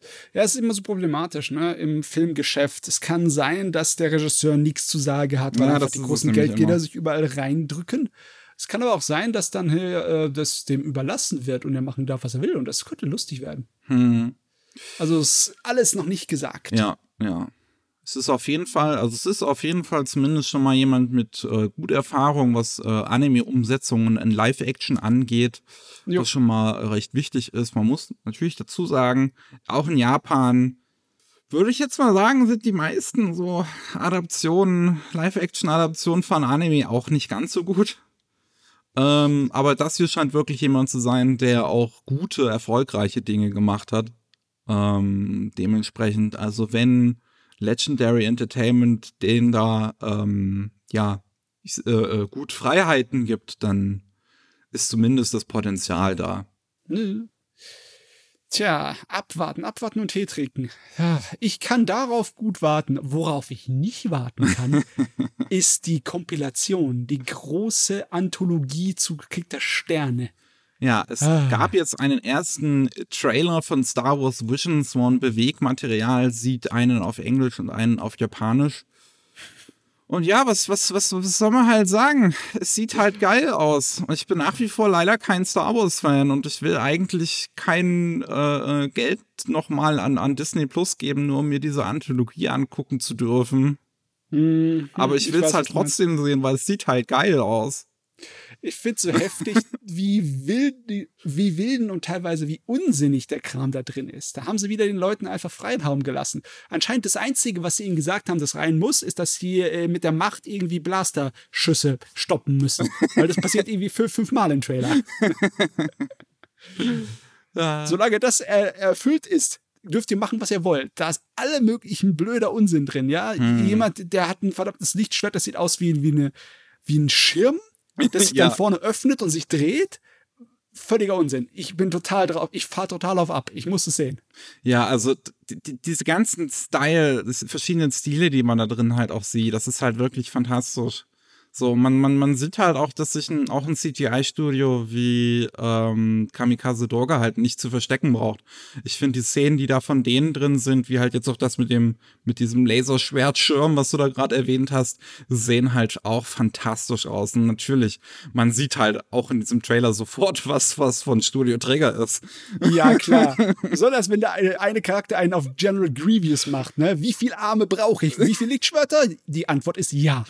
Ja, es ist immer so problematisch, ne, im Filmgeschäft. Es kann sein, dass der Regisseur nichts zu sagen hat, weil Ja, einfach das die ist es großen nämlich Geldgeber immer. sich überall reindrücken. Es kann aber auch sein, dass dann äh, das dem überlassen wird und er machen darf, was er will. Und das könnte lustig werden. Hm. Also ist alles noch nicht gesagt. Ja, ja. Es ist auf jeden Fall, also es ist auf jeden Fall zumindest schon mal jemand mit äh, gut Erfahrung, was äh, Anime-Umsetzungen in Live-Action angeht, Jo. was schon mal recht wichtig ist. Man muss natürlich dazu sagen, auch in Japan würde ich jetzt mal sagen, sind die meisten so Adaptionen, Live-Action-Adaptionen von Anime auch nicht ganz so gut. Ähm, aber das hier scheint wirklich jemand zu sein, der auch gute, erfolgreiche Dinge gemacht hat. Ähm, dementsprechend, also wenn Legendary Entertainment denen da ähm, ja ich, äh, äh, gut Freiheiten gibt, dann ist zumindest das Potenzial da. Nö. Tja, abwarten, abwarten und Tee trinken. Ja, ich kann darauf gut warten. Worauf ich nicht warten kann, ist die Kompilation, die große Anthologie zu Krieg der Sterne. Ja, es Ah. gab jetzt einen ersten Trailer von Star Wars Visions, wo ein Bewegmaterial sieht, einen auf Englisch und einen auf Japanisch. Und ja, was, was, was, was soll man halt sagen? Es sieht halt geil aus. Und ich bin nach wie vor leider kein Star Wars-Fan und ich will eigentlich kein äh, Geld nochmal an, an Disney Plus geben, nur um mir diese Anthologie angucken zu dürfen. Hm, Aber ich will es halt trotzdem sehen, weil es sieht halt geil aus. Ich finde so heftig, wie wild, wie wilden und teilweise wie unsinnig der Kram da drin ist. Da haben sie wieder den Leuten einfach Freiraum gelassen. Anscheinend das Einzige, was sie ihnen gesagt haben, das rein muss, ist, dass sie äh, mit der Macht irgendwie Blasterschüsse stoppen müssen. Weil das passiert irgendwie fünf, fünfmal im Trailer. Ja. Solange das äh, erfüllt ist, dürft ihr machen, was ihr wollt. Da ist alle möglichen blöder Unsinn drin, ja. Hm. Jemand, der hat ein verdammtes Lichtschwert, das sieht aus wie, wie, eine, wie ein Schirm, das sich Ja. dann vorne öffnet und sich dreht. Völliger Unsinn. Ich bin total drauf, ich fahre total auf ab. Ich muss es sehen. Ja, also die, die, diese ganzen Style, diese verschiedenen Stile, die man da drin halt auch sieht, das ist halt wirklich fantastisch. So, man, man, man sieht halt auch, dass sich ein, auch ein C G I-Studio wie ähm, Kamikaze Dorga halt nicht zu verstecken braucht. Ich finde die Szenen, die da von denen drin sind, wie halt jetzt auch das mit dem, mit diesem Laserschwertschirm, was du da gerade erwähnt hast, sehen halt auch fantastisch aus. Und natürlich, man sieht halt auch in diesem Trailer sofort, was, was von Studio Träger ist. Ja, klar. Besonders wenn der eine, eine Charakter einen auf General Grievous macht, ne? Wie viele Arme brauche ich? Wie viele Lichtschwerter? Die Antwort ist ja.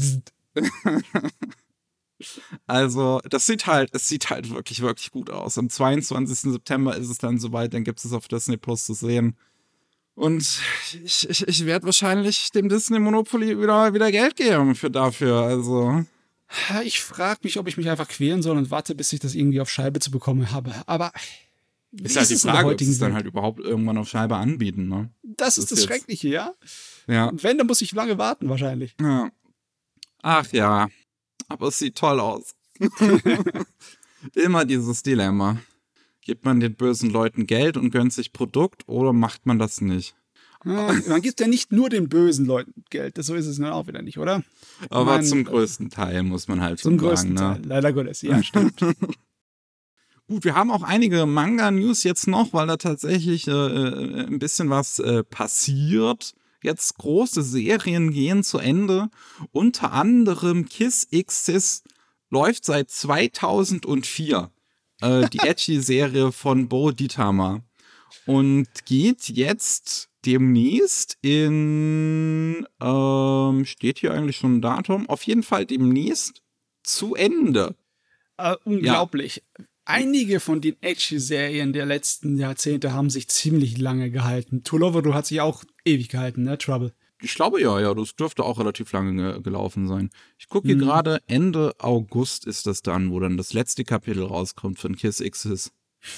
Also, das sieht halt, es sieht halt wirklich, wirklich gut aus. Am zweiundzwanzigsten September ist es dann soweit, dann gibt es es auf Disney Plus zu sehen. Und ich, ich, ich werde wahrscheinlich dem Disney Monopoly wieder, wieder Geld geben für dafür. Also. Ich frage mich, ob ich mich einfach quälen soll und warte, bis ich das irgendwie auf Scheibe zu bekommen habe. Aber wie Ist halt die es in der Frage, ob heutigen sie es dann Welt? halt überhaupt irgendwann auf Scheibe anbieten, ne? Das ist ist das jetzt- Schreckliche, ja? Ja. Und wenn, dann muss ich lange warten wahrscheinlich. ja. Ach ja. Aber es sieht toll aus. Immer dieses Dilemma. Gibt man den bösen Leuten Geld und gönnt sich Produkt oder macht man das nicht? Ja, man gibt ja nicht nur den bösen Leuten Geld. Das, so ist es dann auch wieder nicht, oder? Aber mein- zum größten Teil muss man halt Zum schon größten sagen, ne? Teil. Leider Gottes, ja, stimmt. Gut, wir haben auch einige Manga-News jetzt noch, weil da tatsächlich äh, äh, ein bisschen was äh, passiert. Jetzt große Serien gehen zu Ende. Unter anderem Kiss X Sis läuft seit zweitausendvier. Äh, die Edgy-Serie von Bo Ditama. Und geht jetzt demnächst in, ähm, steht hier eigentlich schon ein Datum? Auf jeden Fall demnächst zu Ende. Äh, unglaublich. Einige von den Edgy-Serien der letzten Jahrzehnte haben sich ziemlich lange gehalten. Tuloveru hat sich auch ewig gehalten, ne? Trouble. Ich glaube ja, ja, das dürfte auch relativ lange ge gelaufen sein. Ich gucke hier Mhm. gerade, Ende August ist das dann, wo dann das letzte Kapitel rauskommt von Kiss X Sis.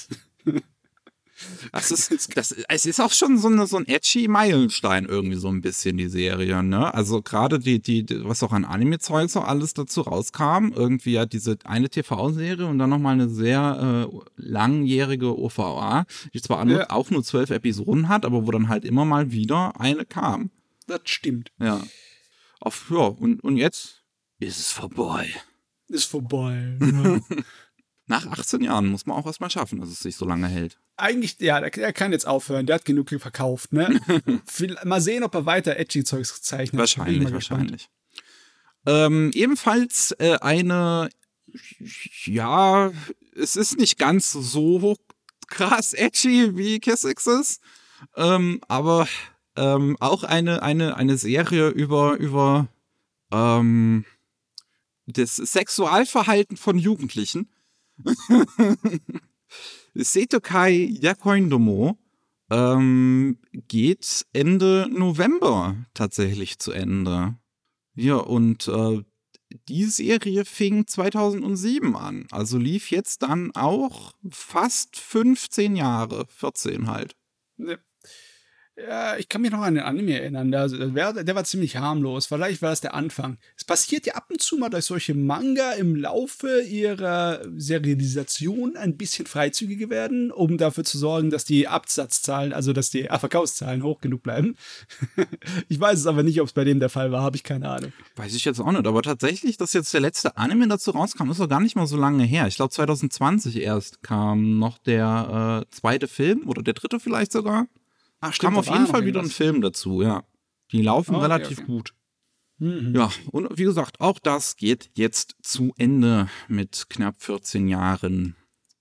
Das ist, das, es ist auch schon so, eine, so ein edgy Meilenstein irgendwie so ein bisschen, die Serie, ne? Also gerade die, die, die, was auch an Anime-Zeug so alles dazu rauskam, irgendwie ja diese eine T V-Serie und dann nochmal eine sehr äh, langjährige O V A, die zwar nur, Ja. auch nur zwölf Episoden hat, aber wo dann halt immer mal wieder eine kam. Das stimmt. Ja. Auf, ja, und, und jetzt ist es vorbei. Ist vorbei. Ja. Nach achtzehn Jahren muss man auch erstmal schaffen, dass es sich so lange hält. Eigentlich, ja, der, der kann jetzt aufhören. Der hat genug verkauft, ne? Mal sehen, ob er weiter edgy Zeugs zeichnet. Wahrscheinlich, wahrscheinlich. Ähm, ebenfalls äh, eine, ja, es ist nicht ganz so krass edgy wie Kiss Exes, ähm, aber ähm, auch eine, eine, eine Serie über, über ähm, das Sexualverhalten von Jugendlichen. Seitokai Yakoindomo ähm, geht Ende November tatsächlich zu Ende. Ja, und äh, die Serie fing zweitausendsieben an. Also lief jetzt dann auch fast fünfzehn Jahre, vierzehn halt. Ne. Ja, ich kann mich noch an den Anime erinnern. Der, der, der war ziemlich harmlos. Vielleicht war das der Anfang. Es passiert ja ab und zu mal, dass solche Manga im Laufe ihrer Serialisation ein bisschen freizügiger werden, um dafür zu sorgen, dass die Absatzzahlen, also dass die Verkaufszahlen hoch genug bleiben. Ich weiß es aber nicht, ob es bei dem der Fall war. Habe ich keine Ahnung. Weiß ich jetzt auch nicht. Aber tatsächlich, dass jetzt der letzte Anime dazu rauskam, ist doch gar nicht mal so lange her. Ich glaube, zwanzig zwanzig erst kam noch der äh, zweite Film oder der dritte vielleicht sogar. Ach, stimmt, kam auf jeden Fall wieder ein Film dazu, ja. Die laufen okay, relativ okay. gut. Mhm. Ja, und wie gesagt, auch das geht jetzt zu Ende mit knapp vierzehn Jahren.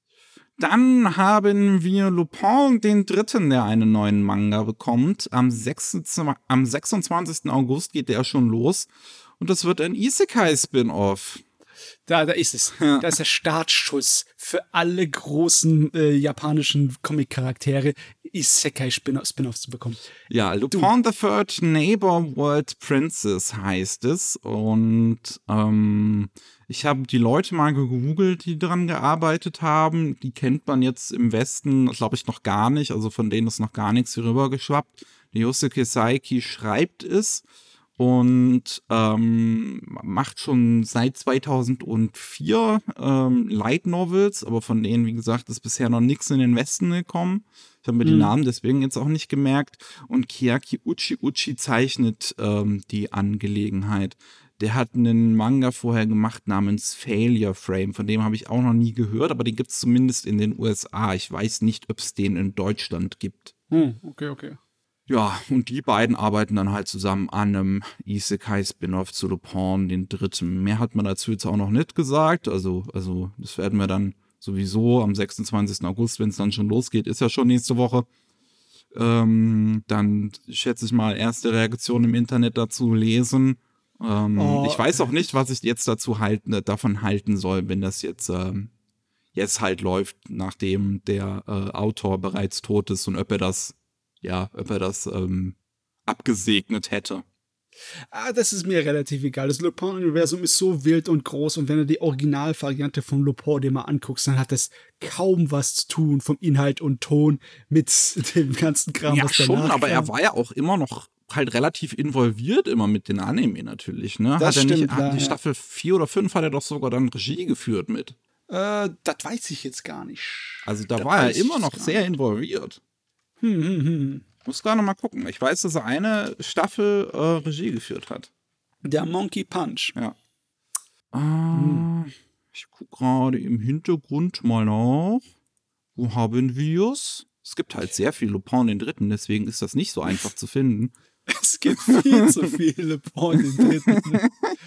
Dann haben wir Lupin den Dritten, der einen neuen Manga bekommt. Am, am sechsundzwanzigsten August geht der schon los. Und das wird ein Isekai-Spin-Off. Da, da ist es. Ja. Da ist der Startschuss für alle großen äh, japanischen Comic-Charaktere, Isekai-Spin-Offs zu bekommen. Ja, Lupin the Third Neighbor World Princess heißt es. Und ähm, ich habe die Leute mal gegoogelt, die daran gearbeitet haben. Die kennt man jetzt im Westen, glaube ich, noch gar nicht. Also von denen ist noch gar nichts hier rüber geschwappt. Der Yosuke Saiki schreibt es. Und ähm, macht schon seit zweitausendvier ähm, Light Novels, aber von denen, wie gesagt, ist bisher noch nichts in den Westen gekommen. Ich habe mir mhm. die Namen deswegen jetzt auch nicht gemerkt. Und Kiaki Uchi Uchi zeichnet ähm, die Angelegenheit. Der hat einen Manga vorher gemacht namens Failure Frame, von dem habe ich auch noch nie gehört, aber den gibt es zumindest in den U S A. Ich weiß nicht, ob es den in Deutschland gibt. Hm, okay, okay. Ja, und die beiden arbeiten dann halt zusammen an einem Isekai-Spin-Off zu Lupin, den Dritten. Mehr hat man dazu jetzt auch noch nicht gesagt. Also, also das werden wir dann sowieso am sechsundzwanzigsten August, wenn es dann schon losgeht, ist ja schon nächste Woche. Ähm, dann schätze ich mal erste Reaktion im Internet dazu lesen. Ähm, oh. Ich weiß auch nicht, was ich jetzt dazu halten, davon halten soll, wenn das jetzt, ähm, jetzt halt läuft, nachdem der äh, Autor bereits tot ist und ob er das Ja, ob er das ähm, abgesegnet hätte. Ah, das ist mir relativ egal. Das Lupin-Universum ist so wild und groß und wenn du die Originalvariante von Lupin dir mal anguckst, dann hat das kaum was zu tun vom Inhalt und Ton mit dem ganzen Kram, ja, was schon, danach aber kam. er war ja auch immer noch halt relativ involviert immer mit den Anime natürlich, ne? Das hat er stimmt, nicht, ja, hat die ja. Staffel vier oder fünf hat er doch sogar dann Regie geführt mit. Äh, das weiß ich jetzt gar nicht. Also da das war er immer noch sehr nicht. involviert. Hm, hm, hm. Muss gerade noch mal gucken. Ich weiß, dass er eine Staffel äh, Regie geführt hat. Der Monkey Punch. Ja. Äh, hm. Ich gucke gerade im Hintergrund mal nach. Wo haben wir's? Es gibt halt sehr viel Lupin den Dritten, deswegen ist das nicht so einfach zu finden. Es gibt viel zu viele Lupin den Dritten.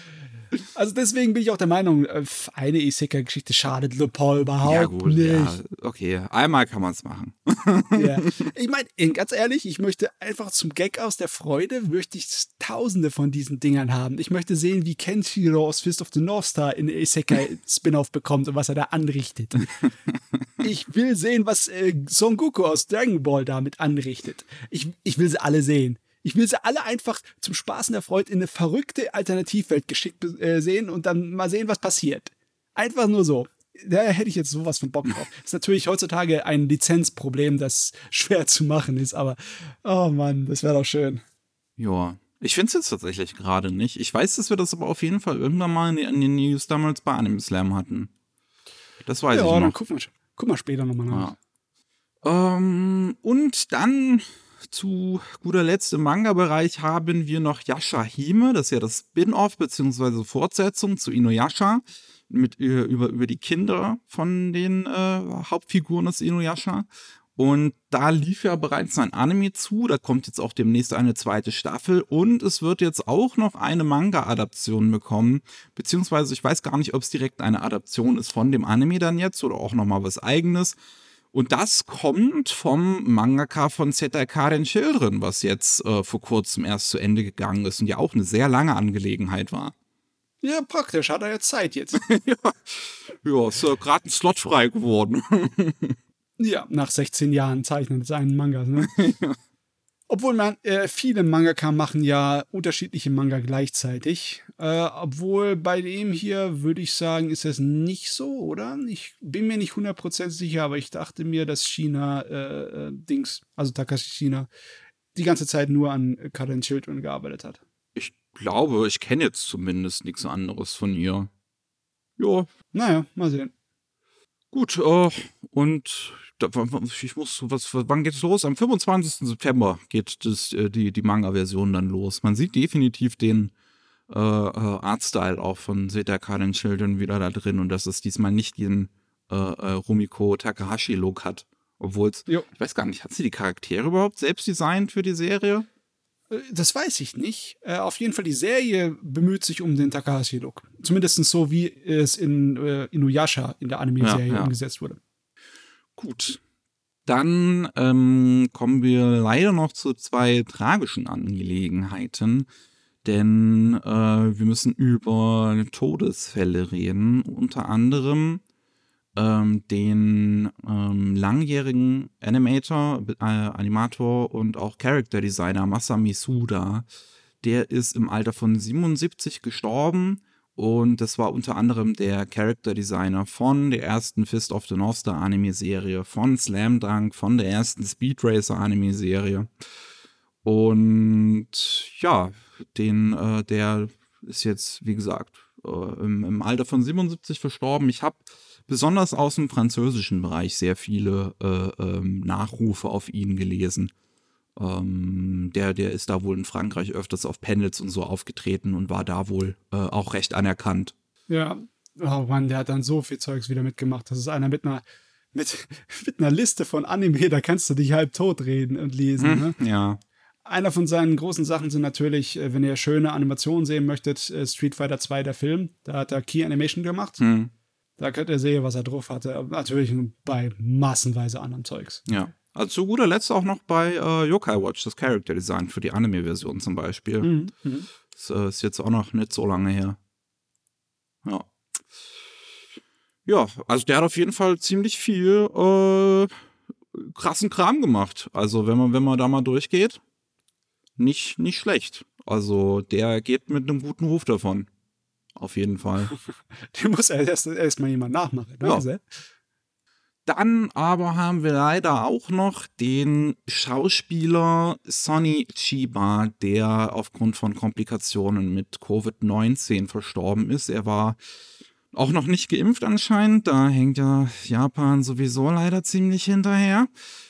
Also deswegen bin ich auch der Meinung, eine Isekai-Geschichte schadet Lupin überhaupt ja, gut, nicht. Ja, okay, einmal kann man es machen. Ja. Ich meine, ganz ehrlich, ich möchte einfach zum Gag aus der Freude, möchte ich tausende von diesen Dingern haben. Ich möchte sehen, wie Kenshiro aus Fist of the North Star in Isekai-Spin-Off bekommt und was er da anrichtet. Ich will sehen, was äh, Son Goku aus Dragon Ball damit anrichtet. Ich, ich will sie alle sehen. Ich will sie alle einfach zum Spaß und der Freude in eine verrückte Alternativwelt geschickt äh, sehen und dann mal sehen, was passiert. Einfach nur so. Da hätte ich jetzt sowas von Bock drauf. Ist natürlich heutzutage ein Lizenzproblem, das schwer zu machen ist, aber oh Mann, das wäre doch schön. Ja, ich finde es jetzt tatsächlich gerade nicht. Ich weiß, dass wir das aber auf jeden Fall irgendwann mal in den News damals bei Anime Slam hatten. Das weiß ja, ich noch. Ja, dann guck mal, guck mal später nochmal nach. Ja. Ähm, und dann zu guter Letzt im Manga-Bereich haben wir noch Yasha Hime. Das ist ja das Spin-Off bzw. Fortsetzung zu Inuyasha. mit äh, über, über die Kinder von den äh, Hauptfiguren des Inuyasha. Und da lief ja bereits ein Anime zu, da kommt jetzt auch demnächst eine zweite Staffel und es wird jetzt auch noch eine Manga-Adaption bekommen, beziehungsweise ich weiß gar nicht, ob es direkt eine Adaption ist von dem Anime dann jetzt oder auch nochmal was Eigenes. Und das kommt vom Mangaka von Setai Karen Children, was jetzt äh, vor kurzem erst zu Ende gegangen ist und ja auch eine sehr lange Angelegenheit war. Ja, praktisch, hat er jetzt Zeit jetzt. ja, ja, ist äh, gerade ein Slot frei geworden. Ja, nach sechzehn Jahren zeichnen des einen Mangas, ne? ja. Obwohl man, äh, viele Mangaka machen ja unterschiedliche Manga gleichzeitig. Äh, obwohl bei dem hier, würde ich sagen, ist das nicht so, oder? Ich bin mir nicht hundert Prozent sicher, aber ich dachte mir, dass China, äh, äh, Dings, also Takashi China, die ganze Zeit nur an Karen Children gearbeitet hat. Ich glaube, ich kenne jetzt zumindest nichts anderes von ihr. Ja. Naja, mal sehen. Gut, äh, und da, ich muss, was, wann geht's los? Am fünfundzwanzigsten September geht das, die, die Manga-Version dann los. Man sieht definitiv den äh, Artstyle auch von Setai Karen Children wieder da drin und dass es diesmal nicht den äh, Rumiko Takahashi-Look hat. Obwohl es, ich weiß gar nicht, hat sie die Charaktere überhaupt selbst designt für die Serie? Das weiß ich nicht. Äh, auf jeden Fall, die Serie bemüht sich um den Takahashi-Look. Zumindest so, wie es in äh, Inuyasha in der Anime-Serie ja, ja. umgesetzt wurde. Gut. Dann ähm, kommen wir leider noch zu zwei tragischen Angelegenheiten. Denn äh, wir müssen über Todesfälle reden. Unter anderem ähm, den ähm, langjährigen Animator, äh, Animator und auch Character Designer Masami Suda. Der ist im Alter von siebenundsiebzig gestorben und das war unter anderem der Character Designer von der ersten Fist of the North Star Anime-Serie, von Slam Dunk, von der ersten Speed Racer Anime-Serie. Und ja, den, äh, der ist jetzt, wie gesagt, äh, im, im Alter von siebenundsiebzig verstorben. Ich habe besonders aus dem französischen Bereich sehr viele äh, ähm, Nachrufe auf ihn gelesen. Ähm, der, der ist da wohl in Frankreich öfters auf Panels und so aufgetreten und war da wohl äh, auch recht anerkannt. Ja, oh Mann, der hat dann so viel Zeugs wieder mitgemacht. Das ist einer mit einer, mit, mit einer Liste von Anime, da kannst du dich halb tot reden und lesen. Hm, ne? Ja. Einer von seinen großen Sachen sind natürlich, wenn ihr schöne Animationen sehen möchtet, Street Fighter zwei, der Film. Da hat er Key Animation gemacht. Hm. Da könnt ihr sehen, was er drauf hatte. Natürlich bei massenweise anderen Zeugs. Ja. Also zu guter Letzt auch noch bei äh, Yokai Watch, das Character Design für die Anime-Version zum Beispiel. Mhm. Mhm. Das äh, ist jetzt auch noch nicht so lange her. Ja. Ja, also der hat auf jeden Fall ziemlich viel äh, krassen Kram gemacht. Also wenn man, wenn man da mal durchgeht, nicht, nicht schlecht. Also der geht mit einem guten Ruf davon. Auf jeden Fall. Den muss erst, erst mal jemand nachmachen. Ja. Also. Dann aber haben wir leider auch noch den Schauspieler Sonny Chiba, der aufgrund von Komplikationen mit Covid neunzehn verstorben ist. Er war auch noch nicht geimpft anscheinend. Da hängt ja Japan sowieso leider ziemlich hinterher.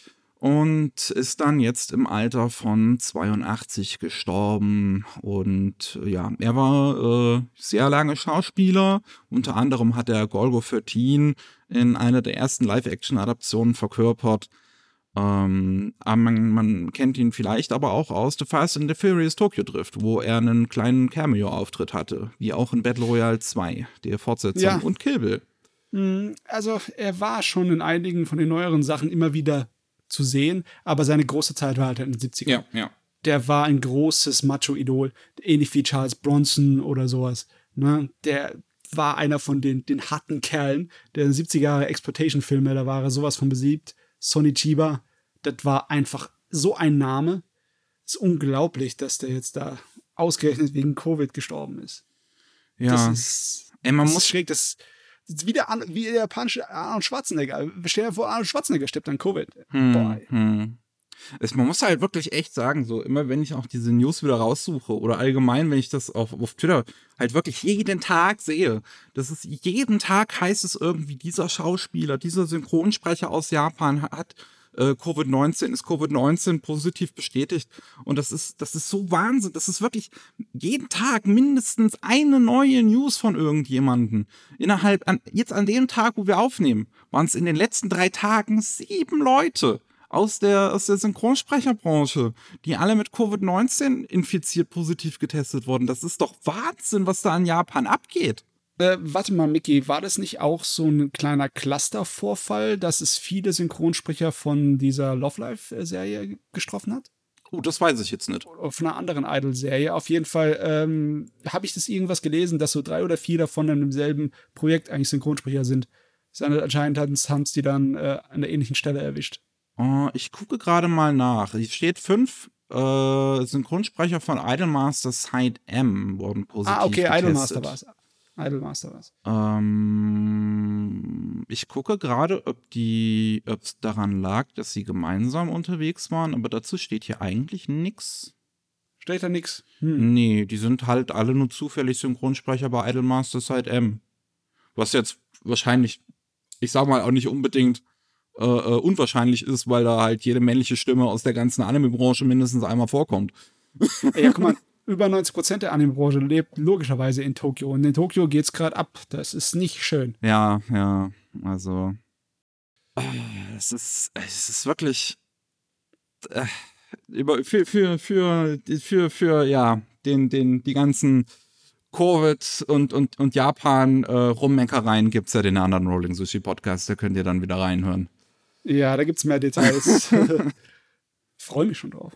Und ist dann jetzt im Alter von zweiundachtzig gestorben. Und ja, er war äh, sehr lange Schauspieler. Unter anderem hat er Golgo dreizehn in einer der ersten Live-Action-Adaptionen verkörpert. Ähm, man, man kennt ihn vielleicht aber auch aus The Fast and the Furious Tokyo Drift, wo er einen kleinen Cameo-Auftritt hatte. Wie auch in Battle Royale zwei, der Fortsetzung, ja. Und Kill Bill. Also er war schon in einigen von den neueren Sachen immer wieder zu sehen, aber seine große Zeit war halt in den siebzigern. Ja, ja. Der war ein großes Macho-Idol, ähnlich wie Charles Bronson oder sowas. Ne? Der war einer von den, den harten Kerlen, der in den siebziger Jahre Exploitation-Filme, da war er sowas von beliebt. Sonny Chiba, das war einfach so ein Name. Es ist unglaublich, dass der jetzt da ausgerechnet wegen Covid gestorben ist. Ja. Das ist, Ey, man das muss ist schräg, das wie der, wie der japanische Arnold Schwarzenegger. Stell dir vor, Arnold Schwarzenegger stirbt an Covid. Hm, Boah. Hm. Es, man muss halt wirklich echt sagen, so immer wenn ich auch diese News wieder raussuche oder allgemein, wenn ich das auf, auf Twitter halt wirklich jeden Tag sehe, das ist jeden Tag heißt es irgendwie, dieser Schauspieler, dieser Synchronsprecher aus Japan hat äh, Covid neunzehn ist Covid neunzehn positiv bestätigt. Und das ist, das ist so Wahnsinn. Das ist wirklich jeden Tag mindestens eine neue News von irgendjemandem. Innerhalb, an, jetzt an dem Tag, wo wir aufnehmen, waren es in den letzten drei Tagen sieben Leute aus der, aus der Synchronsprecherbranche, die alle mit Covid neunzehn infiziert positiv getestet wurden. Das ist doch Wahnsinn, was da in Japan abgeht. Äh, warte mal, Micky, war das nicht auch so ein kleiner Clustervorfall, dass es viele Synchronsprecher von dieser Love Live-Serie getroffen hat? Oh, das weiß ich jetzt nicht. Oder von einer anderen Idol-Serie. Auf jeden Fall ähm, habe ich das irgendwas gelesen, dass so drei oder vier davon in demselben Projekt eigentlich Synchronsprecher sind. Anscheinend haben es die dann äh, an der ähnlichen Stelle erwischt. Uh, ich gucke gerade mal nach. Hier steht fünf äh, Synchronsprecher von Idolmaster Side M wurden positiv Ah, okay, getestet. Idolmaster war es. Idolmaster war es. Ähm, ich gucke gerade, ob die, ob es daran lag, dass sie gemeinsam unterwegs waren, aber dazu steht hier eigentlich nichts. Steht da nichts? Hm. Nee, die sind halt alle nur zufällig Synchronsprecher bei Idolmaster Side M. Was jetzt wahrscheinlich, ich sag mal, auch nicht unbedingt Äh, äh, unwahrscheinlich ist, weil da halt jede männliche Stimme aus der ganzen Anime-Branche mindestens einmal vorkommt. Ja, guck mal, über neunzig Prozent der Anime-Branche lebt logischerweise in Tokio. Und in Tokio geht's gerade ab. Das ist nicht schön. Ja, ja, also äh, es ist, es ist wirklich äh, über, für, für, für, für, für, ja, den, den, die ganzen Covid und, und, und Japan äh, Rummeckereien gibt's ja den anderen Rolling Sushi Podcast, da könnt ihr dann wieder reinhören. Ja, da gibt's mehr Details. Freue mich schon drauf.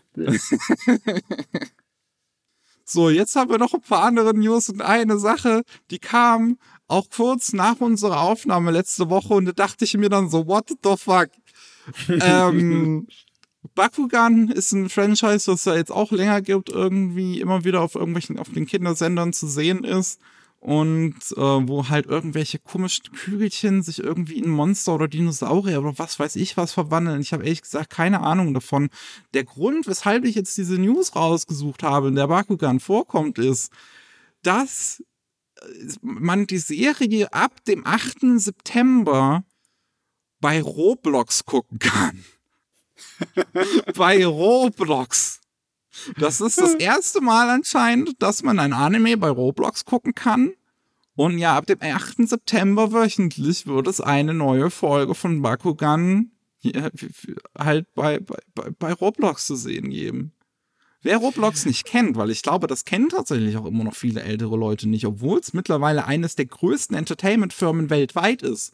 So, jetzt haben wir noch ein paar andere News und eine Sache, die kam auch kurz nach unserer Aufnahme letzte Woche und da dachte ich mir dann so, what the fuck? ähm, Bakugan ist ein Franchise, was es ja jetzt auch länger gibt, irgendwie immer wieder auf irgendwelchen, auf den Kindersendern zu sehen ist. Und äh, wo halt irgendwelche komischen Kügelchen sich irgendwie in Monster oder Dinosaurier oder was weiß ich was verwandeln. Ich habe ehrlich gesagt keine Ahnung davon. Der Grund, weshalb ich jetzt diese News rausgesucht habe, in der Bakugan vorkommt, ist, dass man die Serie ab dem achten September bei Roblox gucken kann. Bei Roblox. Das ist das erste Mal anscheinend, dass man ein Anime bei Roblox gucken kann. Und ja, ab dem achten September wöchentlich wird es eine neue Folge von Bakugan hier, halt bei, bei, bei Roblox zu sehen geben. Wer Roblox nicht kennt, weil ich glaube, das kennen tatsächlich auch immer noch viele ältere Leute nicht, obwohl es mittlerweile eines der größten Entertainment-Firmen weltweit ist.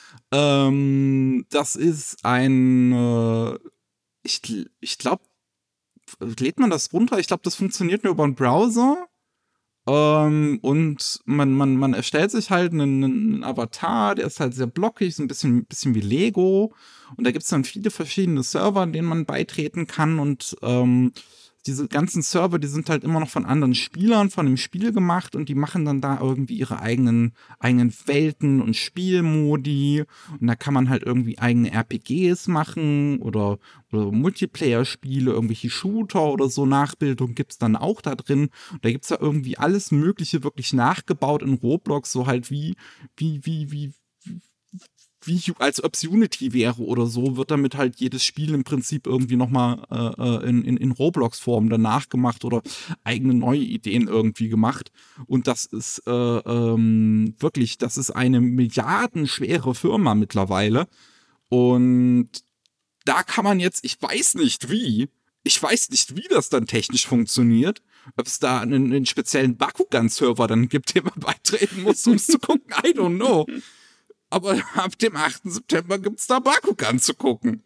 Ähm, das ist ein, äh, ich, ich glaube, lädt man das runter? Ich glaube, das funktioniert nur über einen Browser. Ähm, und man, man, man erstellt sich halt einen, einen Avatar, der ist halt sehr blockig, so ein bisschen, bisschen wie Lego. Und da gibt es dann viele verschiedene Server, denen man beitreten kann. Und ähm, diese ganzen Server, die sind halt immer noch von anderen Spielern von dem Spiel gemacht und die machen dann da irgendwie ihre eigenen, eigenen Welten und Spielmodi und da kann man halt irgendwie eigene R P Gs machen oder, oder Multiplayer-Spiele, irgendwelche Shooter oder so, Nachbildung gibt's dann auch da drin. Und da gibt's ja irgendwie alles Mögliche wirklich nachgebaut in Roblox, so halt wie, wie, wie, wie, wie als ob es Unity wäre oder so, wird damit halt jedes Spiel im Prinzip irgendwie nochmal äh, in, in, in Roblox-Form danach gemacht oder eigene neue Ideen irgendwie gemacht. Und das ist äh, ähm, wirklich, das ist eine milliardenschwere Firma mittlerweile. Und da kann man jetzt, ich weiß nicht wie, ich weiß nicht, wie das dann technisch funktioniert, ob es da einen, einen speziellen Bakugan-Server dann gibt, den man beitreten muss, um es zu gucken, I don't know. Aber ab dem achten September gibt es da Bakugan zu gucken.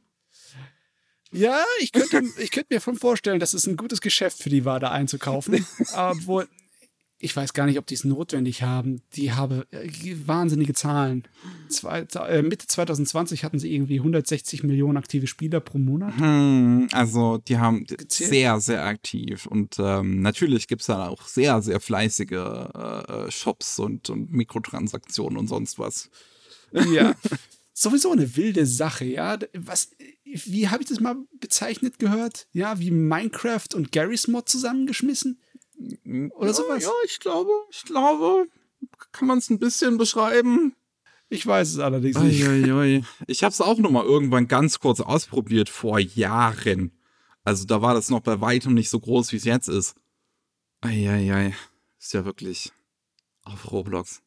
Ja, ich könnte, ich könnte mir schon vorstellen, das ist ein gutes Geschäft für die war, da einzukaufen. Aber ich weiß gar nicht, ob die es notwendig haben. Die haben wahnsinnige Zahlen. Zwei, äh, Mitte zwanzig zwanzig hatten sie irgendwie hundertsechzig Millionen aktive Spieler pro Monat. Hm, also die haben Gezählt. sehr, sehr aktiv. Und ähm, natürlich gibt es da auch sehr, sehr fleißige äh, Shops und, und Mikrotransaktionen und sonst was. Ja, sowieso eine wilde Sache, ja. Was, wie habe ich das mal bezeichnet gehört? Ja, wie Minecraft und Garry's Mod zusammengeschmissen? Oder ja, sowas? Ja, ich glaube, ich glaube, kann man es ein bisschen beschreiben. Ich weiß es allerdings nicht. Uiuiui. Ich habe es auch noch mal irgendwann ganz kurz ausprobiert, vor Jahren. Also da war das noch bei weitem nicht so groß, wie es jetzt ist. Eieiei. Ist ja wirklich auf Roblox.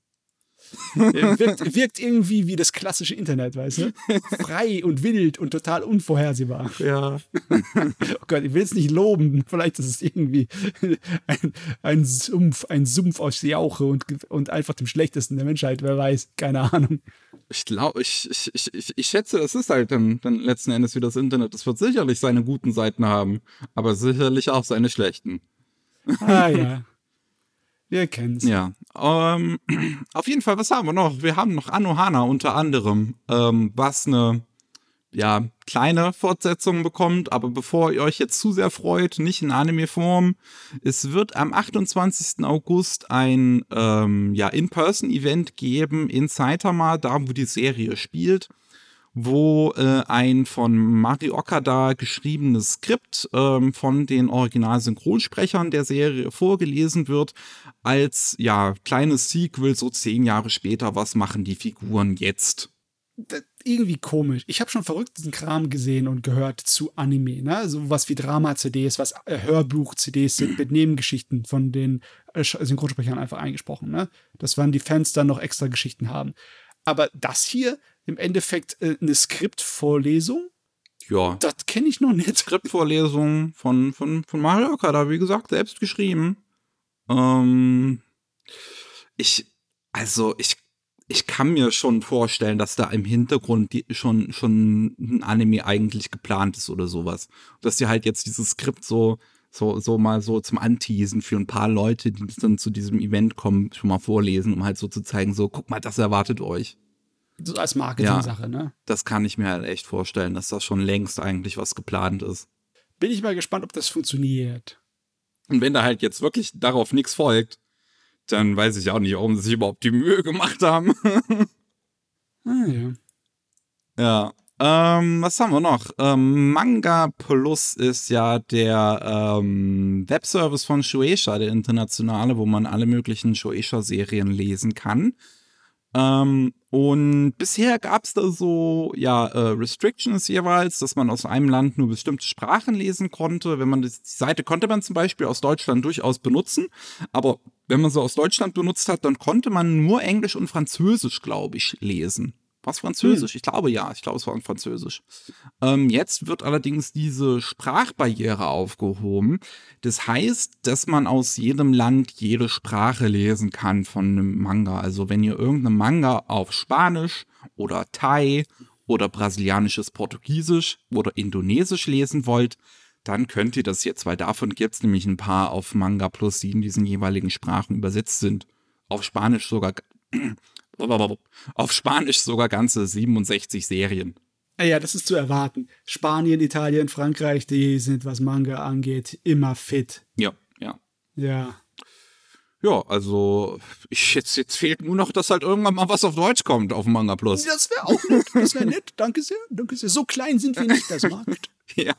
wirkt, wirkt irgendwie wie das klassische Internet, weißt du? Frei und wild und total unvorhersehbar. Ja. Oh Gott, ich will es nicht loben. Vielleicht ist es irgendwie ein, ein Sumpf, ein Sumpf aus Jauche und, und einfach dem Schlechtesten der Menschheit, wer weiß, keine Ahnung. Ich glaube, ich, ich, ich, ich schätze, das ist halt dann, dann letzten Endes wie das Internet. Es wird sicherlich seine guten Seiten haben, aber sicherlich auch seine schlechten. Ah ja. Wir kennen's. Ja, ähm, auf jeden Fall, was haben wir noch? Wir haben noch Anohana unter anderem, ähm, was eine, ja, kleine Fortsetzung bekommt, aber bevor ihr euch jetzt zu sehr freut, nicht in Anime-Form. Es wird am achtundzwanzigsten August ein, ähm, ja, In-Person-Event geben in Saitama, da wo die Serie spielt, wo äh, ein von Mari Okada geschriebenes Skript ähm, von den Original-Synchronsprechern der Serie vorgelesen wird, als, ja, kleines Sequel, so zehn Jahre später, was machen die Figuren jetzt? Das, irgendwie komisch. Ich habe schon verrückten Kram gesehen und gehört zu Anime, ne? So was wie Drama-C Ds, was äh, Hörbuch-C Ds sind mit Nebengeschichten von den äh, Synchronsprechern einfach eingesprochen, ne? Dass wenn die Fans dann noch extra Geschichten haben. Aber das hier im Endeffekt äh, eine Skriptvorlesung? Ja. Das kenne ich noch nicht. Skriptvorlesung von, von, von Mari Okada, wie gesagt, selbst geschrieben. Ähm, ich, also, ich, ich kann mir schon vorstellen, dass da im Hintergrund die, schon, schon ein Anime eigentlich geplant ist oder sowas. Dass die halt jetzt dieses Skript so, so, so mal so zum Anteasen für ein paar Leute, die dann zu diesem Event kommen, schon mal vorlesen, um halt so zu zeigen, so, guck mal, das erwartet euch. So als Marketing-Sache, ja, ne? Das kann ich mir halt echt vorstellen, dass das schon längst eigentlich was geplant ist. Bin ich mal gespannt, ob das funktioniert. Und wenn da halt jetzt wirklich darauf nichts folgt, dann weiß ich auch nicht, warum sie sich überhaupt die Mühe gemacht haben. Ah, ja. Ja. Ähm, was haben wir noch? Ähm, Manga Plus ist ja der ähm, Webservice von Shueisha, der internationale, wo man alle möglichen Shueisha-Serien lesen kann. Ähm, und bisher gab es da so, ja, äh, Restrictions jeweils, dass man aus einem Land nur bestimmte Sprachen lesen konnte. Wenn man das, die Seite konnte man zum Beispiel aus Deutschland durchaus benutzen, aber wenn man sie aus Deutschland benutzt hat, dann konnte man nur Englisch und Französisch, glaube ich, lesen. Was Französisch? Hm. Ich glaube ja, ich glaube es war in Französisch. Ähm, jetzt wird allerdings diese Sprachbarriere aufgehoben. Das heißt, dass man aus jedem Land jede Sprache lesen kann von einem Manga. Also wenn ihr irgendeinen Manga auf Spanisch oder Thai oder brasilianisches Portugiesisch oder Indonesisch lesen wollt, dann könnt ihr das jetzt, weil davon gibt es nämlich ein paar auf Manga Plus, die in diesen jeweiligen Sprachen übersetzt sind. Auf Spanisch sogar auf Spanisch sogar ganze siebenundsechzig Serien. Ja, das ist zu erwarten. Spanien, Italien, Frankreich, die sind, was Manga angeht, immer fit. Ja, ja. Ja. Ja, also ich, jetzt, jetzt fehlt nur noch, dass halt irgendwann mal was auf Deutsch kommt auf Manga Plus. Das wäre auch nett. Das wäre nett. Danke sehr. Danke sehr. So klein sind wir nicht, das Markt. Ja.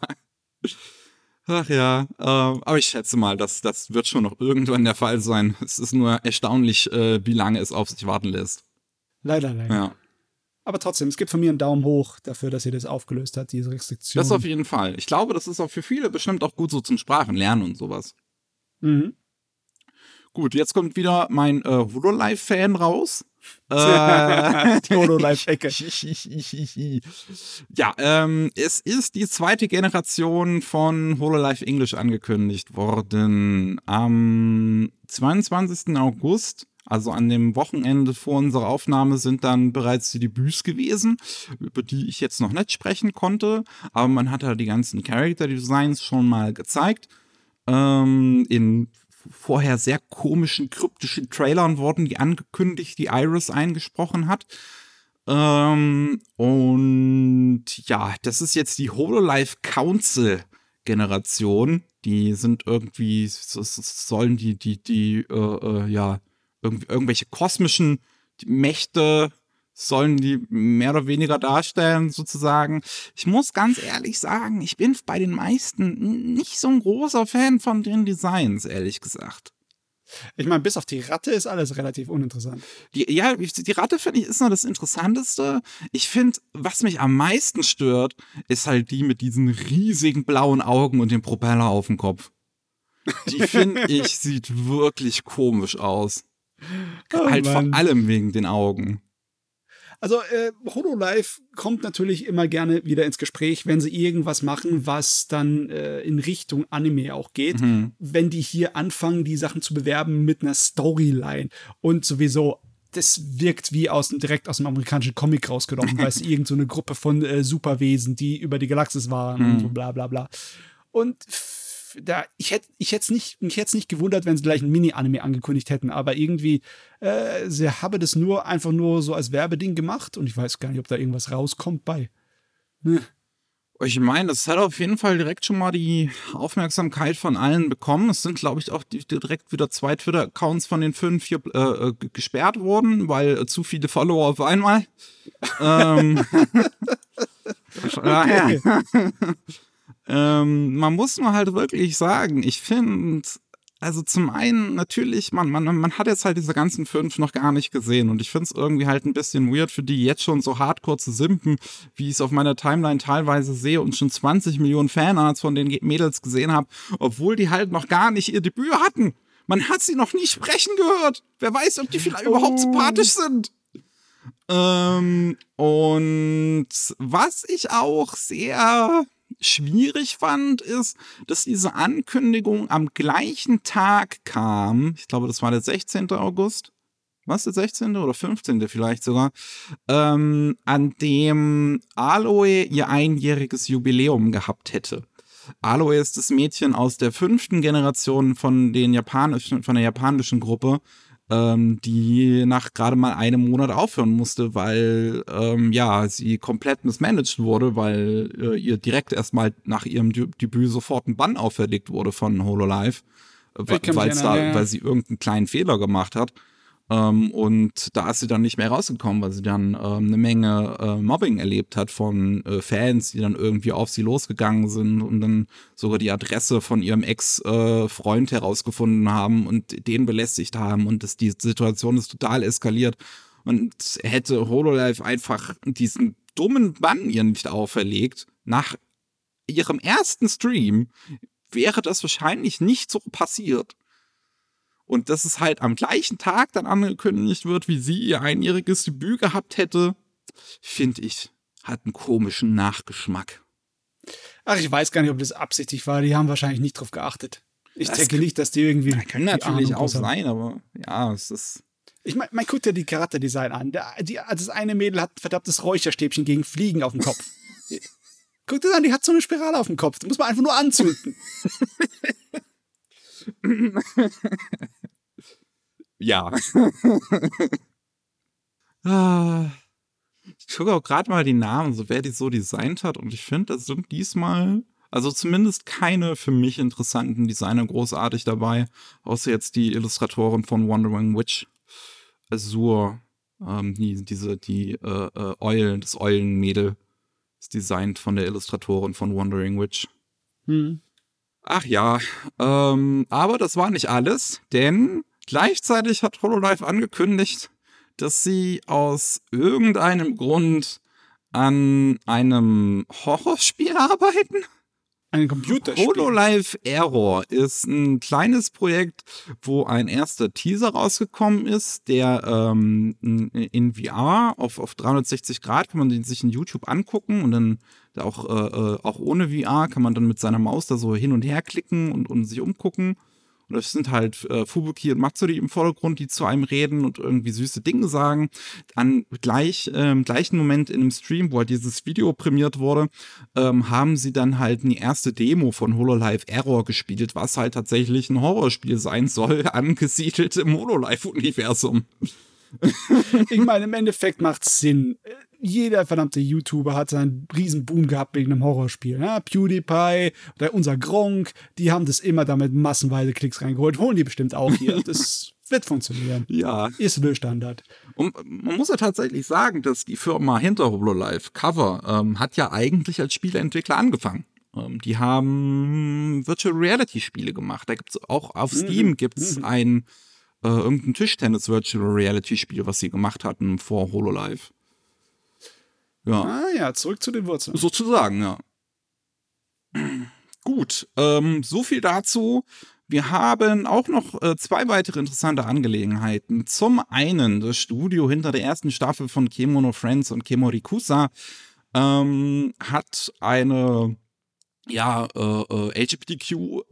Ach ja, äh, aber ich schätze mal, dass das wird schon noch irgendwann der Fall sein. Es ist nur erstaunlich, äh, wie lange es auf sich warten lässt. Leider, leider. Ja. Aber trotzdem, es gibt von mir einen Daumen hoch dafür, dass ihr das aufgelöst habt, diese Restriktion. Das auf jeden Fall. Ich glaube, das ist auch für viele bestimmt auch gut so zum Sprachenlernen und sowas. Mhm. Gut, jetzt kommt wieder mein äh, Hololive-Fan raus. äh, die Hololive-Ecke. Ja, ähm, es ist die zweite Generation von Hololive English angekündigt worden. Am zweiundzwanzigsten August, also an dem Wochenende vor unserer Aufnahme, sind dann bereits die Debüts gewesen, über die ich jetzt noch nicht sprechen konnte. Aber man hat ja die ganzen Character-Designs schon mal gezeigt. Ähm, in vorher sehr komischen, kryptischen Trailern wurden die angekündigt, die Iris eingesprochen hat. Ähm, und ja, das ist jetzt die Hololive Council Generation. Die sind irgendwie, sollen die, die, die, äh, äh, ja, irgendwie, irgendwelche kosmischen Mächte sollen die mehr oder weniger darstellen, sozusagen. Ich muss ganz ehrlich sagen, ich bin bei den meisten nicht so ein großer Fan von den Designs, ehrlich gesagt. Ich meine, bis auf die Ratte ist alles relativ uninteressant. Die, ja, die Ratte, finde ich, ist noch das Interessanteste. Ich finde, was mich am meisten stört, ist halt die mit diesen riesigen blauen Augen und dem Propeller auf dem Kopf. Die, finde ich, sieht wirklich komisch aus. Oh, halt Mann. vor allem wegen den Augen. Also äh, Hololive kommt natürlich immer gerne wieder ins Gespräch, wenn sie irgendwas machen, was dann äh, in Richtung Anime auch geht. Mhm. Wenn die hier anfangen, die Sachen zu bewerben mit einer Storyline und sowieso, das wirkt wie aus dem, direkt aus dem amerikanischen Comic rausgenommen, weil es irgend so eine Gruppe von äh, Superwesen, die über die Galaxis waren Mhm. und so bla bla bla. Und f- da, ich hätte ich hätt's nicht, mich hätte es nicht gewundert, wenn sie gleich ein Mini-Anime angekündigt hätten, aber irgendwie, äh, sie haben das nur einfach nur so als Werbeding gemacht und ich weiß gar nicht, ob da irgendwas rauskommt bei. Ne. Ich meine, das hat auf jeden Fall direkt schon mal die Aufmerksamkeit von allen bekommen. Es sind, glaube ich, auch die, direkt wieder zwei Twitter-Accounts von den fünf hier äh, gesperrt worden, weil äh, zu viele Follower auf einmal. ähm, Okay. ähm, man muss nur halt wirklich sagen, ich finde, also zum einen natürlich, man, man, man hat jetzt halt diese ganzen fünf noch gar nicht gesehen und ich finde es irgendwie halt ein bisschen weird für die jetzt schon so hardcore zu simpen, wie ich es auf meiner Timeline teilweise sehe und schon zwanzig Millionen Fanarts von den Mädels gesehen habe, obwohl die halt noch gar nicht ihr Debüt hatten. Man hat sie noch nie sprechen gehört. Wer weiß, ob die vielleicht Oh. überhaupt sympathisch sind. Ähm, und was ich auch sehr schwierig fand, ist, dass diese Ankündigung am gleichen Tag kam. Ich glaube, das war der sechzehnte August. Was, der sechzehnte oder fünfzehnte vielleicht sogar, ähm, an dem Aloe ihr einjähriges Jubiläum gehabt hätte. Aloe ist das Mädchen aus der fünften Generation von den japanischen, von der japanischen Gruppe, ähm, die nach gerade mal einem Monat aufhören musste, weil ähm, ja sie komplett mismanaged wurde, weil äh, ihr direkt erstmal nach ihrem Dü- Debüt sofort ein Bann auferlegt wurde von Hololive, äh, Ich kann mich weil's da, erinnern, ja. weil sie irgendeinen kleinen Fehler gemacht hat. Ähm, und da ist sie dann nicht mehr rausgekommen, weil sie dann ähm, eine Menge äh, Mobbing erlebt hat von äh, Fans, die dann irgendwie auf sie losgegangen sind und dann sogar die Adresse von ihrem Ex-Freund äh, herausgefunden haben und den belästigt haben und das, die Situation ist total eskaliert. Und hätte Hololive einfach diesen dummen Bann ihr nicht auferlegt, nach ihrem ersten Stream wäre das wahrscheinlich nicht so passiert. Und dass es halt am gleichen Tag dann angekündigt wird, wie sie ihr einjähriges Debüt gehabt hätte, finde ich, hat einen komischen Nachgeschmack. Ach, ich weiß gar nicht, ob das absichtlich war. Die haben wahrscheinlich nicht drauf geachtet. Ich Das denke kann- nicht, dass die irgendwie. Ja, kann die natürlich Ahnung auch groß haben. sein, aber ja, es ist. Ich meine, man guckt ja die Charakterdesign an. Der, die, das eine Mädel hat ein verdammtes Räucherstäbchen gegen Fliegen auf dem Kopf. Guck dir das an, die hat so eine Spirale auf dem Kopf. Das muss man einfach nur anzünden. Ja. Ah. Ich gucke auch gerade mal die Namen, so wer die so designt hat. Und ich finde, das sind diesmal, also zumindest keine für mich interessanten Designer großartig dabei. Außer jetzt die Illustratorin von Wandering Witch, Azur, ähm, die, diese, die äh, äh, Eulen, das Eulenmädel, ist designt von der Illustratorin von Wandering Witch. Hm. Ach ja, ähm, aber das war nicht alles, denn gleichzeitig hat Hololive angekündigt, dass sie aus irgendeinem Grund an einem Horrorspiel arbeiten. Ein Computerspiel. Hololive Error ist ein kleines Projekt, wo ein erster Teaser rausgekommen ist, der ähm, in V R auf, auf dreihundertsechzig Grad kann man den sich in YouTube angucken und dann auch, äh, auch ohne V R kann man dann mit seiner Maus da so hin und her klicken und, und sich umgucken. Und das sind halt äh, Fubuki und Matsuri im Vordergrund, die zu einem reden und irgendwie süße Dinge sagen. An gleich, ähm, gleichen Moment in einem Stream, wo halt dieses Video prämiert wurde, ähm, haben sie dann halt eine erste Demo von Hololive Error gespielt, was halt tatsächlich ein Horrorspiel sein soll, angesiedelt im Hololive-Universum. Ich meine, im Endeffekt macht's Sinn. Jeder verdammte YouTuber hat seinen riesen Boom gehabt wegen einem Horrorspiel. Ja? PewDiePie oder unser Gronk, die haben das immer damit massenweise Klicks reingeholt. Holen die bestimmt auch hier. Das wird funktionieren. Ja. Ist Standard. Und man muss ja tatsächlich sagen, dass die Firma hinter Hololive, Cover, ähm, hat ja eigentlich als Spieleentwickler angefangen. Ähm, die haben Virtual Reality Spiele gemacht. Da gibt's auch auf Steam Mhm. gib's Mhm. ein äh, irgendein Tischtennis Virtual Reality Spiel, was sie gemacht hatten vor HoloLive. Ja, Ah ja, zurück zu den Wurzeln. sozusagen, ja. Gut, ähm, so viel dazu. Wir haben auch noch äh, zwei weitere interessante Angelegenheiten. Zum einen das Studio hinter der ersten Staffel von Kemono Friends und Kemorikusa ähm, hat eine ja, äh, äh, L G B T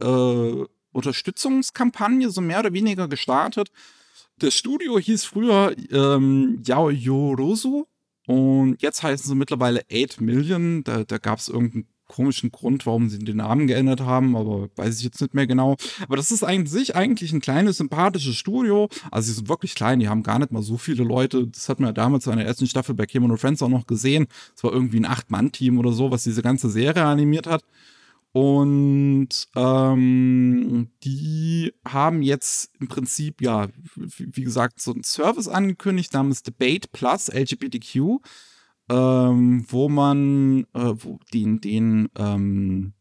Q-Unterstützungskampagne so mehr oder weniger gestartet. Das Studio hieß früher ähm, Yaoyorozu und jetzt heißen sie mittlerweile acht Million. Da, da gab es irgendeinen komischen Grund, warum sie den Namen geändert haben, aber weiß ich jetzt nicht mehr genau. Aber das ist an sich eigentlich ein kleines, sympathisches Studio. Also sie sind wirklich klein, die haben gar nicht mal so viele Leute. Das hat man ja damals in der ersten Staffel bei Kemono Friends auch noch gesehen. Es war irgendwie ein Acht-Mann-Team oder so, was diese ganze Serie animiert hat. Und ähm, die haben jetzt im Prinzip, ja, wie wie gesagt, so einen Service angekündigt namens Debate Plus L G B T Q, ähm, wo man äh, wo den, den ähm,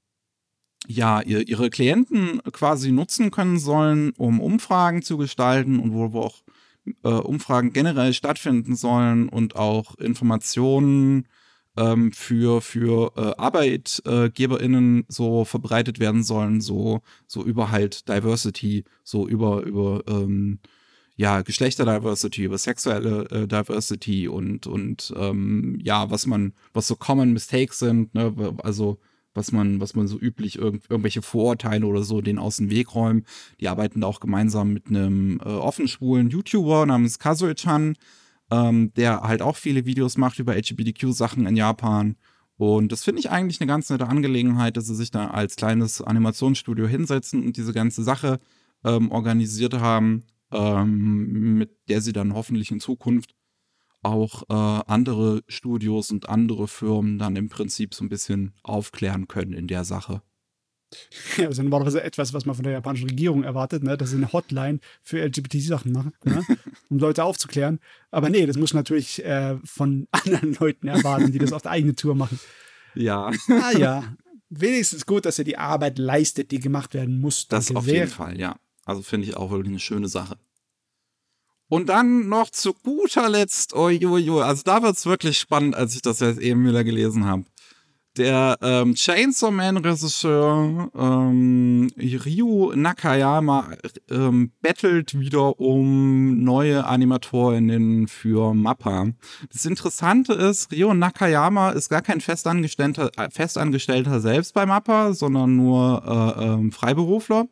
ja, ihr, ihre Klienten quasi nutzen können sollen, um Umfragen zu gestalten und wo, wo auch äh, Umfragen generell stattfinden sollen und auch Informationen ähm, für, für äh, ArbeitgeberInnen so verbreitet werden sollen, so, so über halt Diversity, so über, über ähm, ja, Geschlechterdiversity, über sexuelle äh, Diversity und, und ähm, ja, was man, was so Common Mistakes sind, ne, also was man, was man so üblich irgend, irgendwelche Vorurteile oder so denen aus dem Weg räumen. Die arbeiten da auch gemeinsam mit einem äh, offen schwulen YouTuber namens Kazue-chan, ähm, der halt auch viele Videos macht über L G B T Q-Sachen in Japan. Und das finde ich eigentlich eine ganz nette Angelegenheit, dass sie sich da als kleines Animationsstudio hinsetzen und diese ganze Sache ähm, organisiert haben, ähm, mit der sie dann hoffentlich in Zukunft auch äh, andere Studios und andere Firmen dann im Prinzip so ein bisschen aufklären können in der Sache. Ja, das ist normalerweise etwas, was man von der japanischen Regierung erwartet, ne? Dass sie eine Hotline für L G B T-Sachen machen, ne? Um Leute aufzuklären. Aber nee, das muss man natürlich äh, von anderen Leuten erwarten, die das auf der eigenen Tour machen. Ja, Ah ja, wenigstens gut, dass er die Arbeit leistet, die gemacht werden muss. das Danke auf sehr. jeden Fall, ja. Also finde ich auch wirklich eine schöne Sache. Und dann noch zu guter Letzt, uiuiui, also da wird's wirklich spannend, als ich das jetzt eben wieder gelesen habe. Der ähm, Chainsaw Man-Regisseur ähm, Ryu Nakayama ähm, bettelt wieder um neue Animatorinnen für Mappa. Das Interessante ist, Ryu Nakayama ist gar kein Festangestellter, äh, Festangestellter selbst bei Mappa, sondern nur äh, ähm, Freiberufler.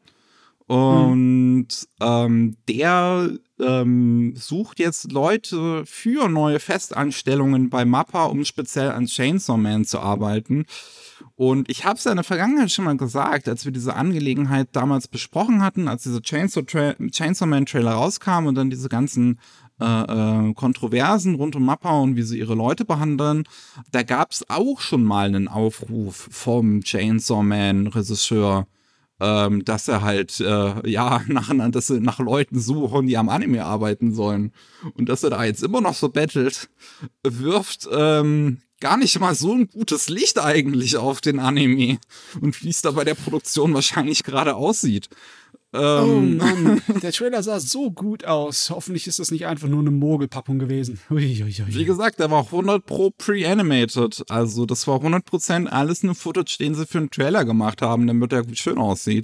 Und ähm, der ähm, sucht jetzt Leute für neue Festanstellungen bei Mappa, um speziell an Chainsaw Man zu arbeiten. Und ich habe es ja in der Vergangenheit schon mal gesagt, als wir diese Angelegenheit damals besprochen hatten, als dieser Chainsaw, Tra- Chainsaw Man Trailer rauskam und dann diese ganzen äh, äh, Kontroversen rund um Mappa und wie sie ihre Leute behandeln, da gab es auch schon mal einen Aufruf vom Chainsaw Man Regisseur, ähm, dass er halt, äh, ja, nach, dass sie nach Leuten suchen, die am Anime arbeiten sollen. Und dass er da jetzt immer noch so bettelt, wirft ähm, gar nicht mal so ein gutes Licht eigentlich auf den Anime. Und wie es da bei der Produktion wahrscheinlich gerade aussieht. Oh Ähm, Mann, der Trailer sah so gut aus. Hoffentlich ist das nicht einfach nur eine Mogelpackung gewesen. Uiuiui. Wie gesagt, der war hundert pro pre-animated. Also das war hundert Prozent alles nur Footage, den sie für einen Trailer gemacht haben, damit er schön aussieht.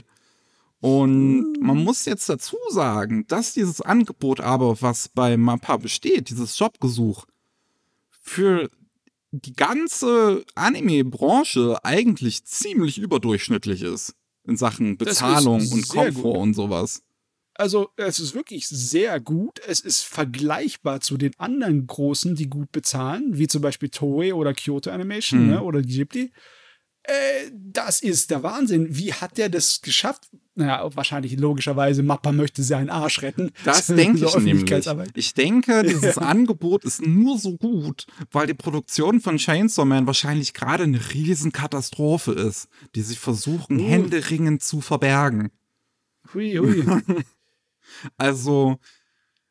Und man muss jetzt dazu sagen, dass dieses Angebot aber, was bei Mappa besteht, dieses Jobgesuch, für die ganze Anime-Branche eigentlich ziemlich überdurchschnittlich ist. In Sachen Das ist Bezahlung und sehr Komfort gut. und sowas. Also, es ist wirklich sehr gut. Es ist vergleichbar zu den anderen Großen, die gut bezahlen, wie zum Beispiel Toei oder Kyoto Animation, Hm. ne, oder Ghibli. Äh, das ist der Wahnsinn. Wie hat der das geschafft? Naja, wahrscheinlich logischerweise, Mappa möchte seinen Arsch retten. Das So denke ich nämlich. Öffentlichkeitsarbeit. Ich denke, dieses Angebot ist nur so gut, weil die Produktion von Chainsaw Man wahrscheinlich gerade eine Riesenkatastrophe ist, die sie versuchen, Uh. händeringend zu verbergen. Hui, hui. Also,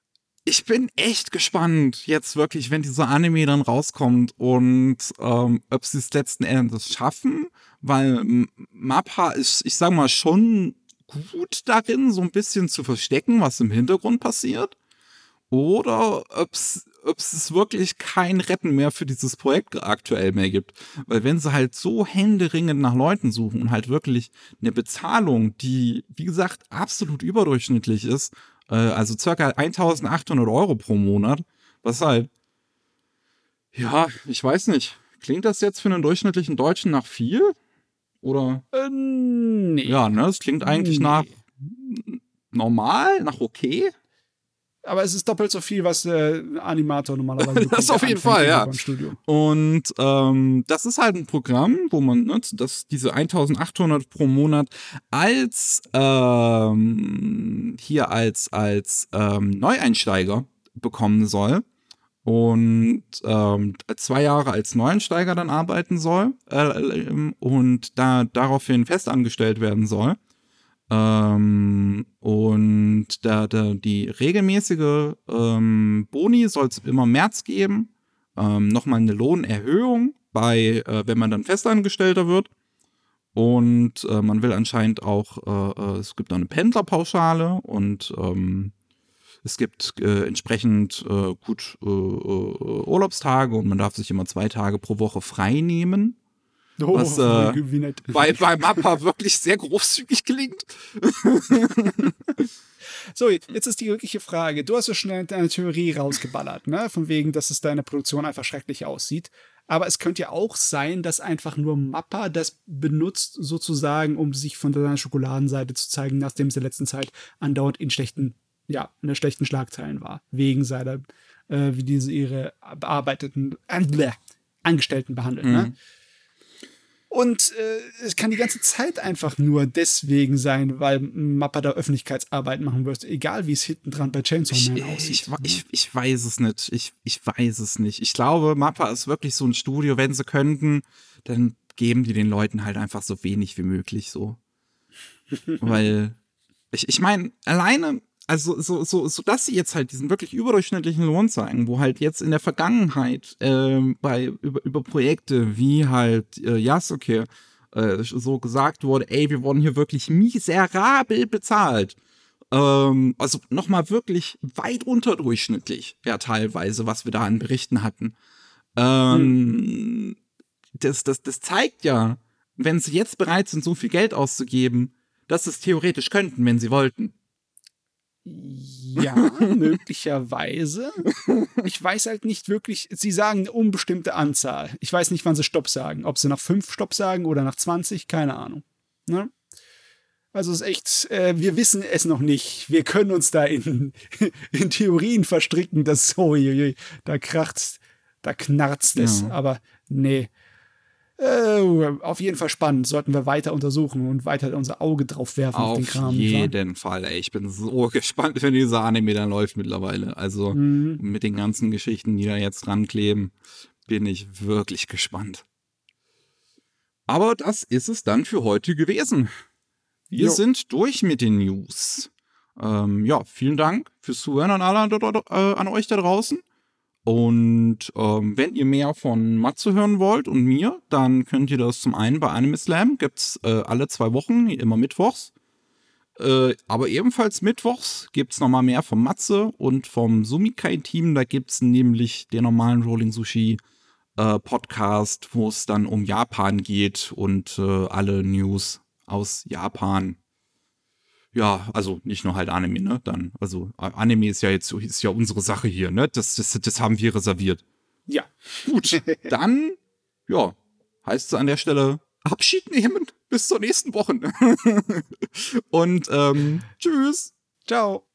ich bin echt gespannt, jetzt wirklich, wenn dieser Anime dann rauskommt und ähm, ob sie es letzten Endes schaffen, weil M- Mappa ist, ich sag mal, schon gut darin, so ein bisschen zu verstecken, was im Hintergrund passiert. Oder ob es wirklich kein Retten mehr für dieses Projekt aktuell mehr gibt. Weil wenn sie halt so händeringend nach Leuten suchen und halt wirklich eine Bezahlung, die, wie gesagt, absolut überdurchschnittlich ist, äh, also circa eintausendachthundert Euro pro Monat, was halt, ja, ich weiß nicht, klingt das jetzt für einen durchschnittlichen Deutschen nach viel? Oder? Äh, nee. Ja, ne, es klingt eigentlich Nee. nach normal, nach okay. Aber es ist doppelt so viel, was äh, ein Animator normalerweise bekommt. Das auf der jeden anfängt Fall, irgendwo ja. beim Studio. Und ähm, das ist halt ein Programm, wo man ne, das, diese eintausendachthundert pro Monat als ähm, hier als, als ähm, Neueinsteiger bekommen soll. Und ähm, zwei Jahre als Neueinsteiger dann arbeiten soll äh, und da daraufhin festangestellt werden soll. Ähm, und da, da die regelmäßige ähm, Boni soll es immer im März geben. Ähm, Nochmal eine Lohnerhöhung bei, äh, wenn man dann Festangestellter wird. Und äh, man will anscheinend auch, äh, äh, es gibt auch eine Pendlerpauschale und ähm, es gibt äh, entsprechend äh, gut äh, äh, Urlaubstage und man darf sich immer zwei Tage pro Woche frei nehmen. Oh, Was äh, wie nett. bei, bei Mappa wirklich sehr großzügig klingt. So, jetzt ist die wirkliche Frage. Du hast ja schon deine Theorie rausgeballert, ne? Von wegen, dass es deine Produktion einfach schrecklich aussieht. Aber es könnte ja auch sein, dass einfach nur Mappa das benutzt, sozusagen, um sich von seiner Schokoladenseite zu zeigen, nachdem es in der letzten Zeit andauernd in schlechten, ja, in der schlechten Schlagzeilen war. Wegen seiner, äh, wie diese ihre bearbeiteten äh, Angestellten behandeln, Mhm. ne? Und äh, es kann die ganze Zeit einfach nur deswegen sein, weil Mappa da Öffentlichkeitsarbeit machen wird, egal wie es hinten dran bei Chainsaw Ich, Man ich, aussieht. ich, ich, ich weiß es nicht. Ich, ich weiß es nicht. Ich glaube, Mappa ist wirklich so ein Studio, wenn sie könnten, dann geben die den Leuten halt einfach so wenig wie möglich so. Weil, ich, ich meine, alleine, also so, so, so, dass sie jetzt halt diesen wirklich überdurchschnittlichen Lohn zeigen, wo halt jetzt in der Vergangenheit ähm, bei über, über Projekte wie halt äh, Yasuke äh, so gesagt wurde, ey, wir wurden hier wirklich miserabel bezahlt. Ähm, also nochmal wirklich weit unterdurchschnittlich, ja, teilweise, was wir da an Berichten hatten. Ähm, hm. das, das, das zeigt ja, wenn sie jetzt bereit sind, so viel Geld auszugeben, dass sie es theoretisch könnten, wenn sie wollten. Ja, möglicherweise. Ich weiß halt nicht wirklich, sie sagen eine unbestimmte Anzahl. Ich weiß nicht, wann sie Stopp sagen. Ob sie nach fünf Stopp sagen oder nach zwanzig, keine Ahnung. Ne? Also es ist echt, äh, wir wissen es noch nicht. Wir können uns da in, in Theorien verstricken, dass so, da kracht, da knarzt es. Ja. Aber nee. Äh, auf jeden Fall spannend. Sollten wir weiter untersuchen und weiter unser Auge drauf werfen auf, auf den Kram. Auf jeden Fall, ey. Ich bin so gespannt, wenn dieser Anime dann läuft mittlerweile. Also mhm. mit den ganzen Geschichten, die da jetzt dran kleben, bin ich wirklich gespannt. Aber das ist es dann für heute gewesen. Wir jo. sind durch mit den News. Ähm, ja, vielen Dank fürs Zuhören an alle äh, an euch da draußen. Und ähm, wenn ihr mehr von Matze hören wollt und mir, dann könnt ihr das zum einen bei Anime Slam, gibt's äh, alle zwei Wochen, immer mittwochs. Äh, aber ebenfalls mittwochs gibt's nochmal mehr vom Matze und vom Sumikai-Team. Da gibt's nämlich den normalen Rolling Sushi äh, Podcast, wo es dann um Japan geht und äh, alle News aus Japan. Ja, also nicht nur halt Anime, ne? Dann, also Anime ist ja jetzt ist ja unsere Sache hier, ne? Das, das, das haben wir reserviert. Ja. Gut. Dann, ja, heißt es an der Stelle Abschied nehmen. Bis zur nächsten Woche. Und ähm, tschüss. Ciao.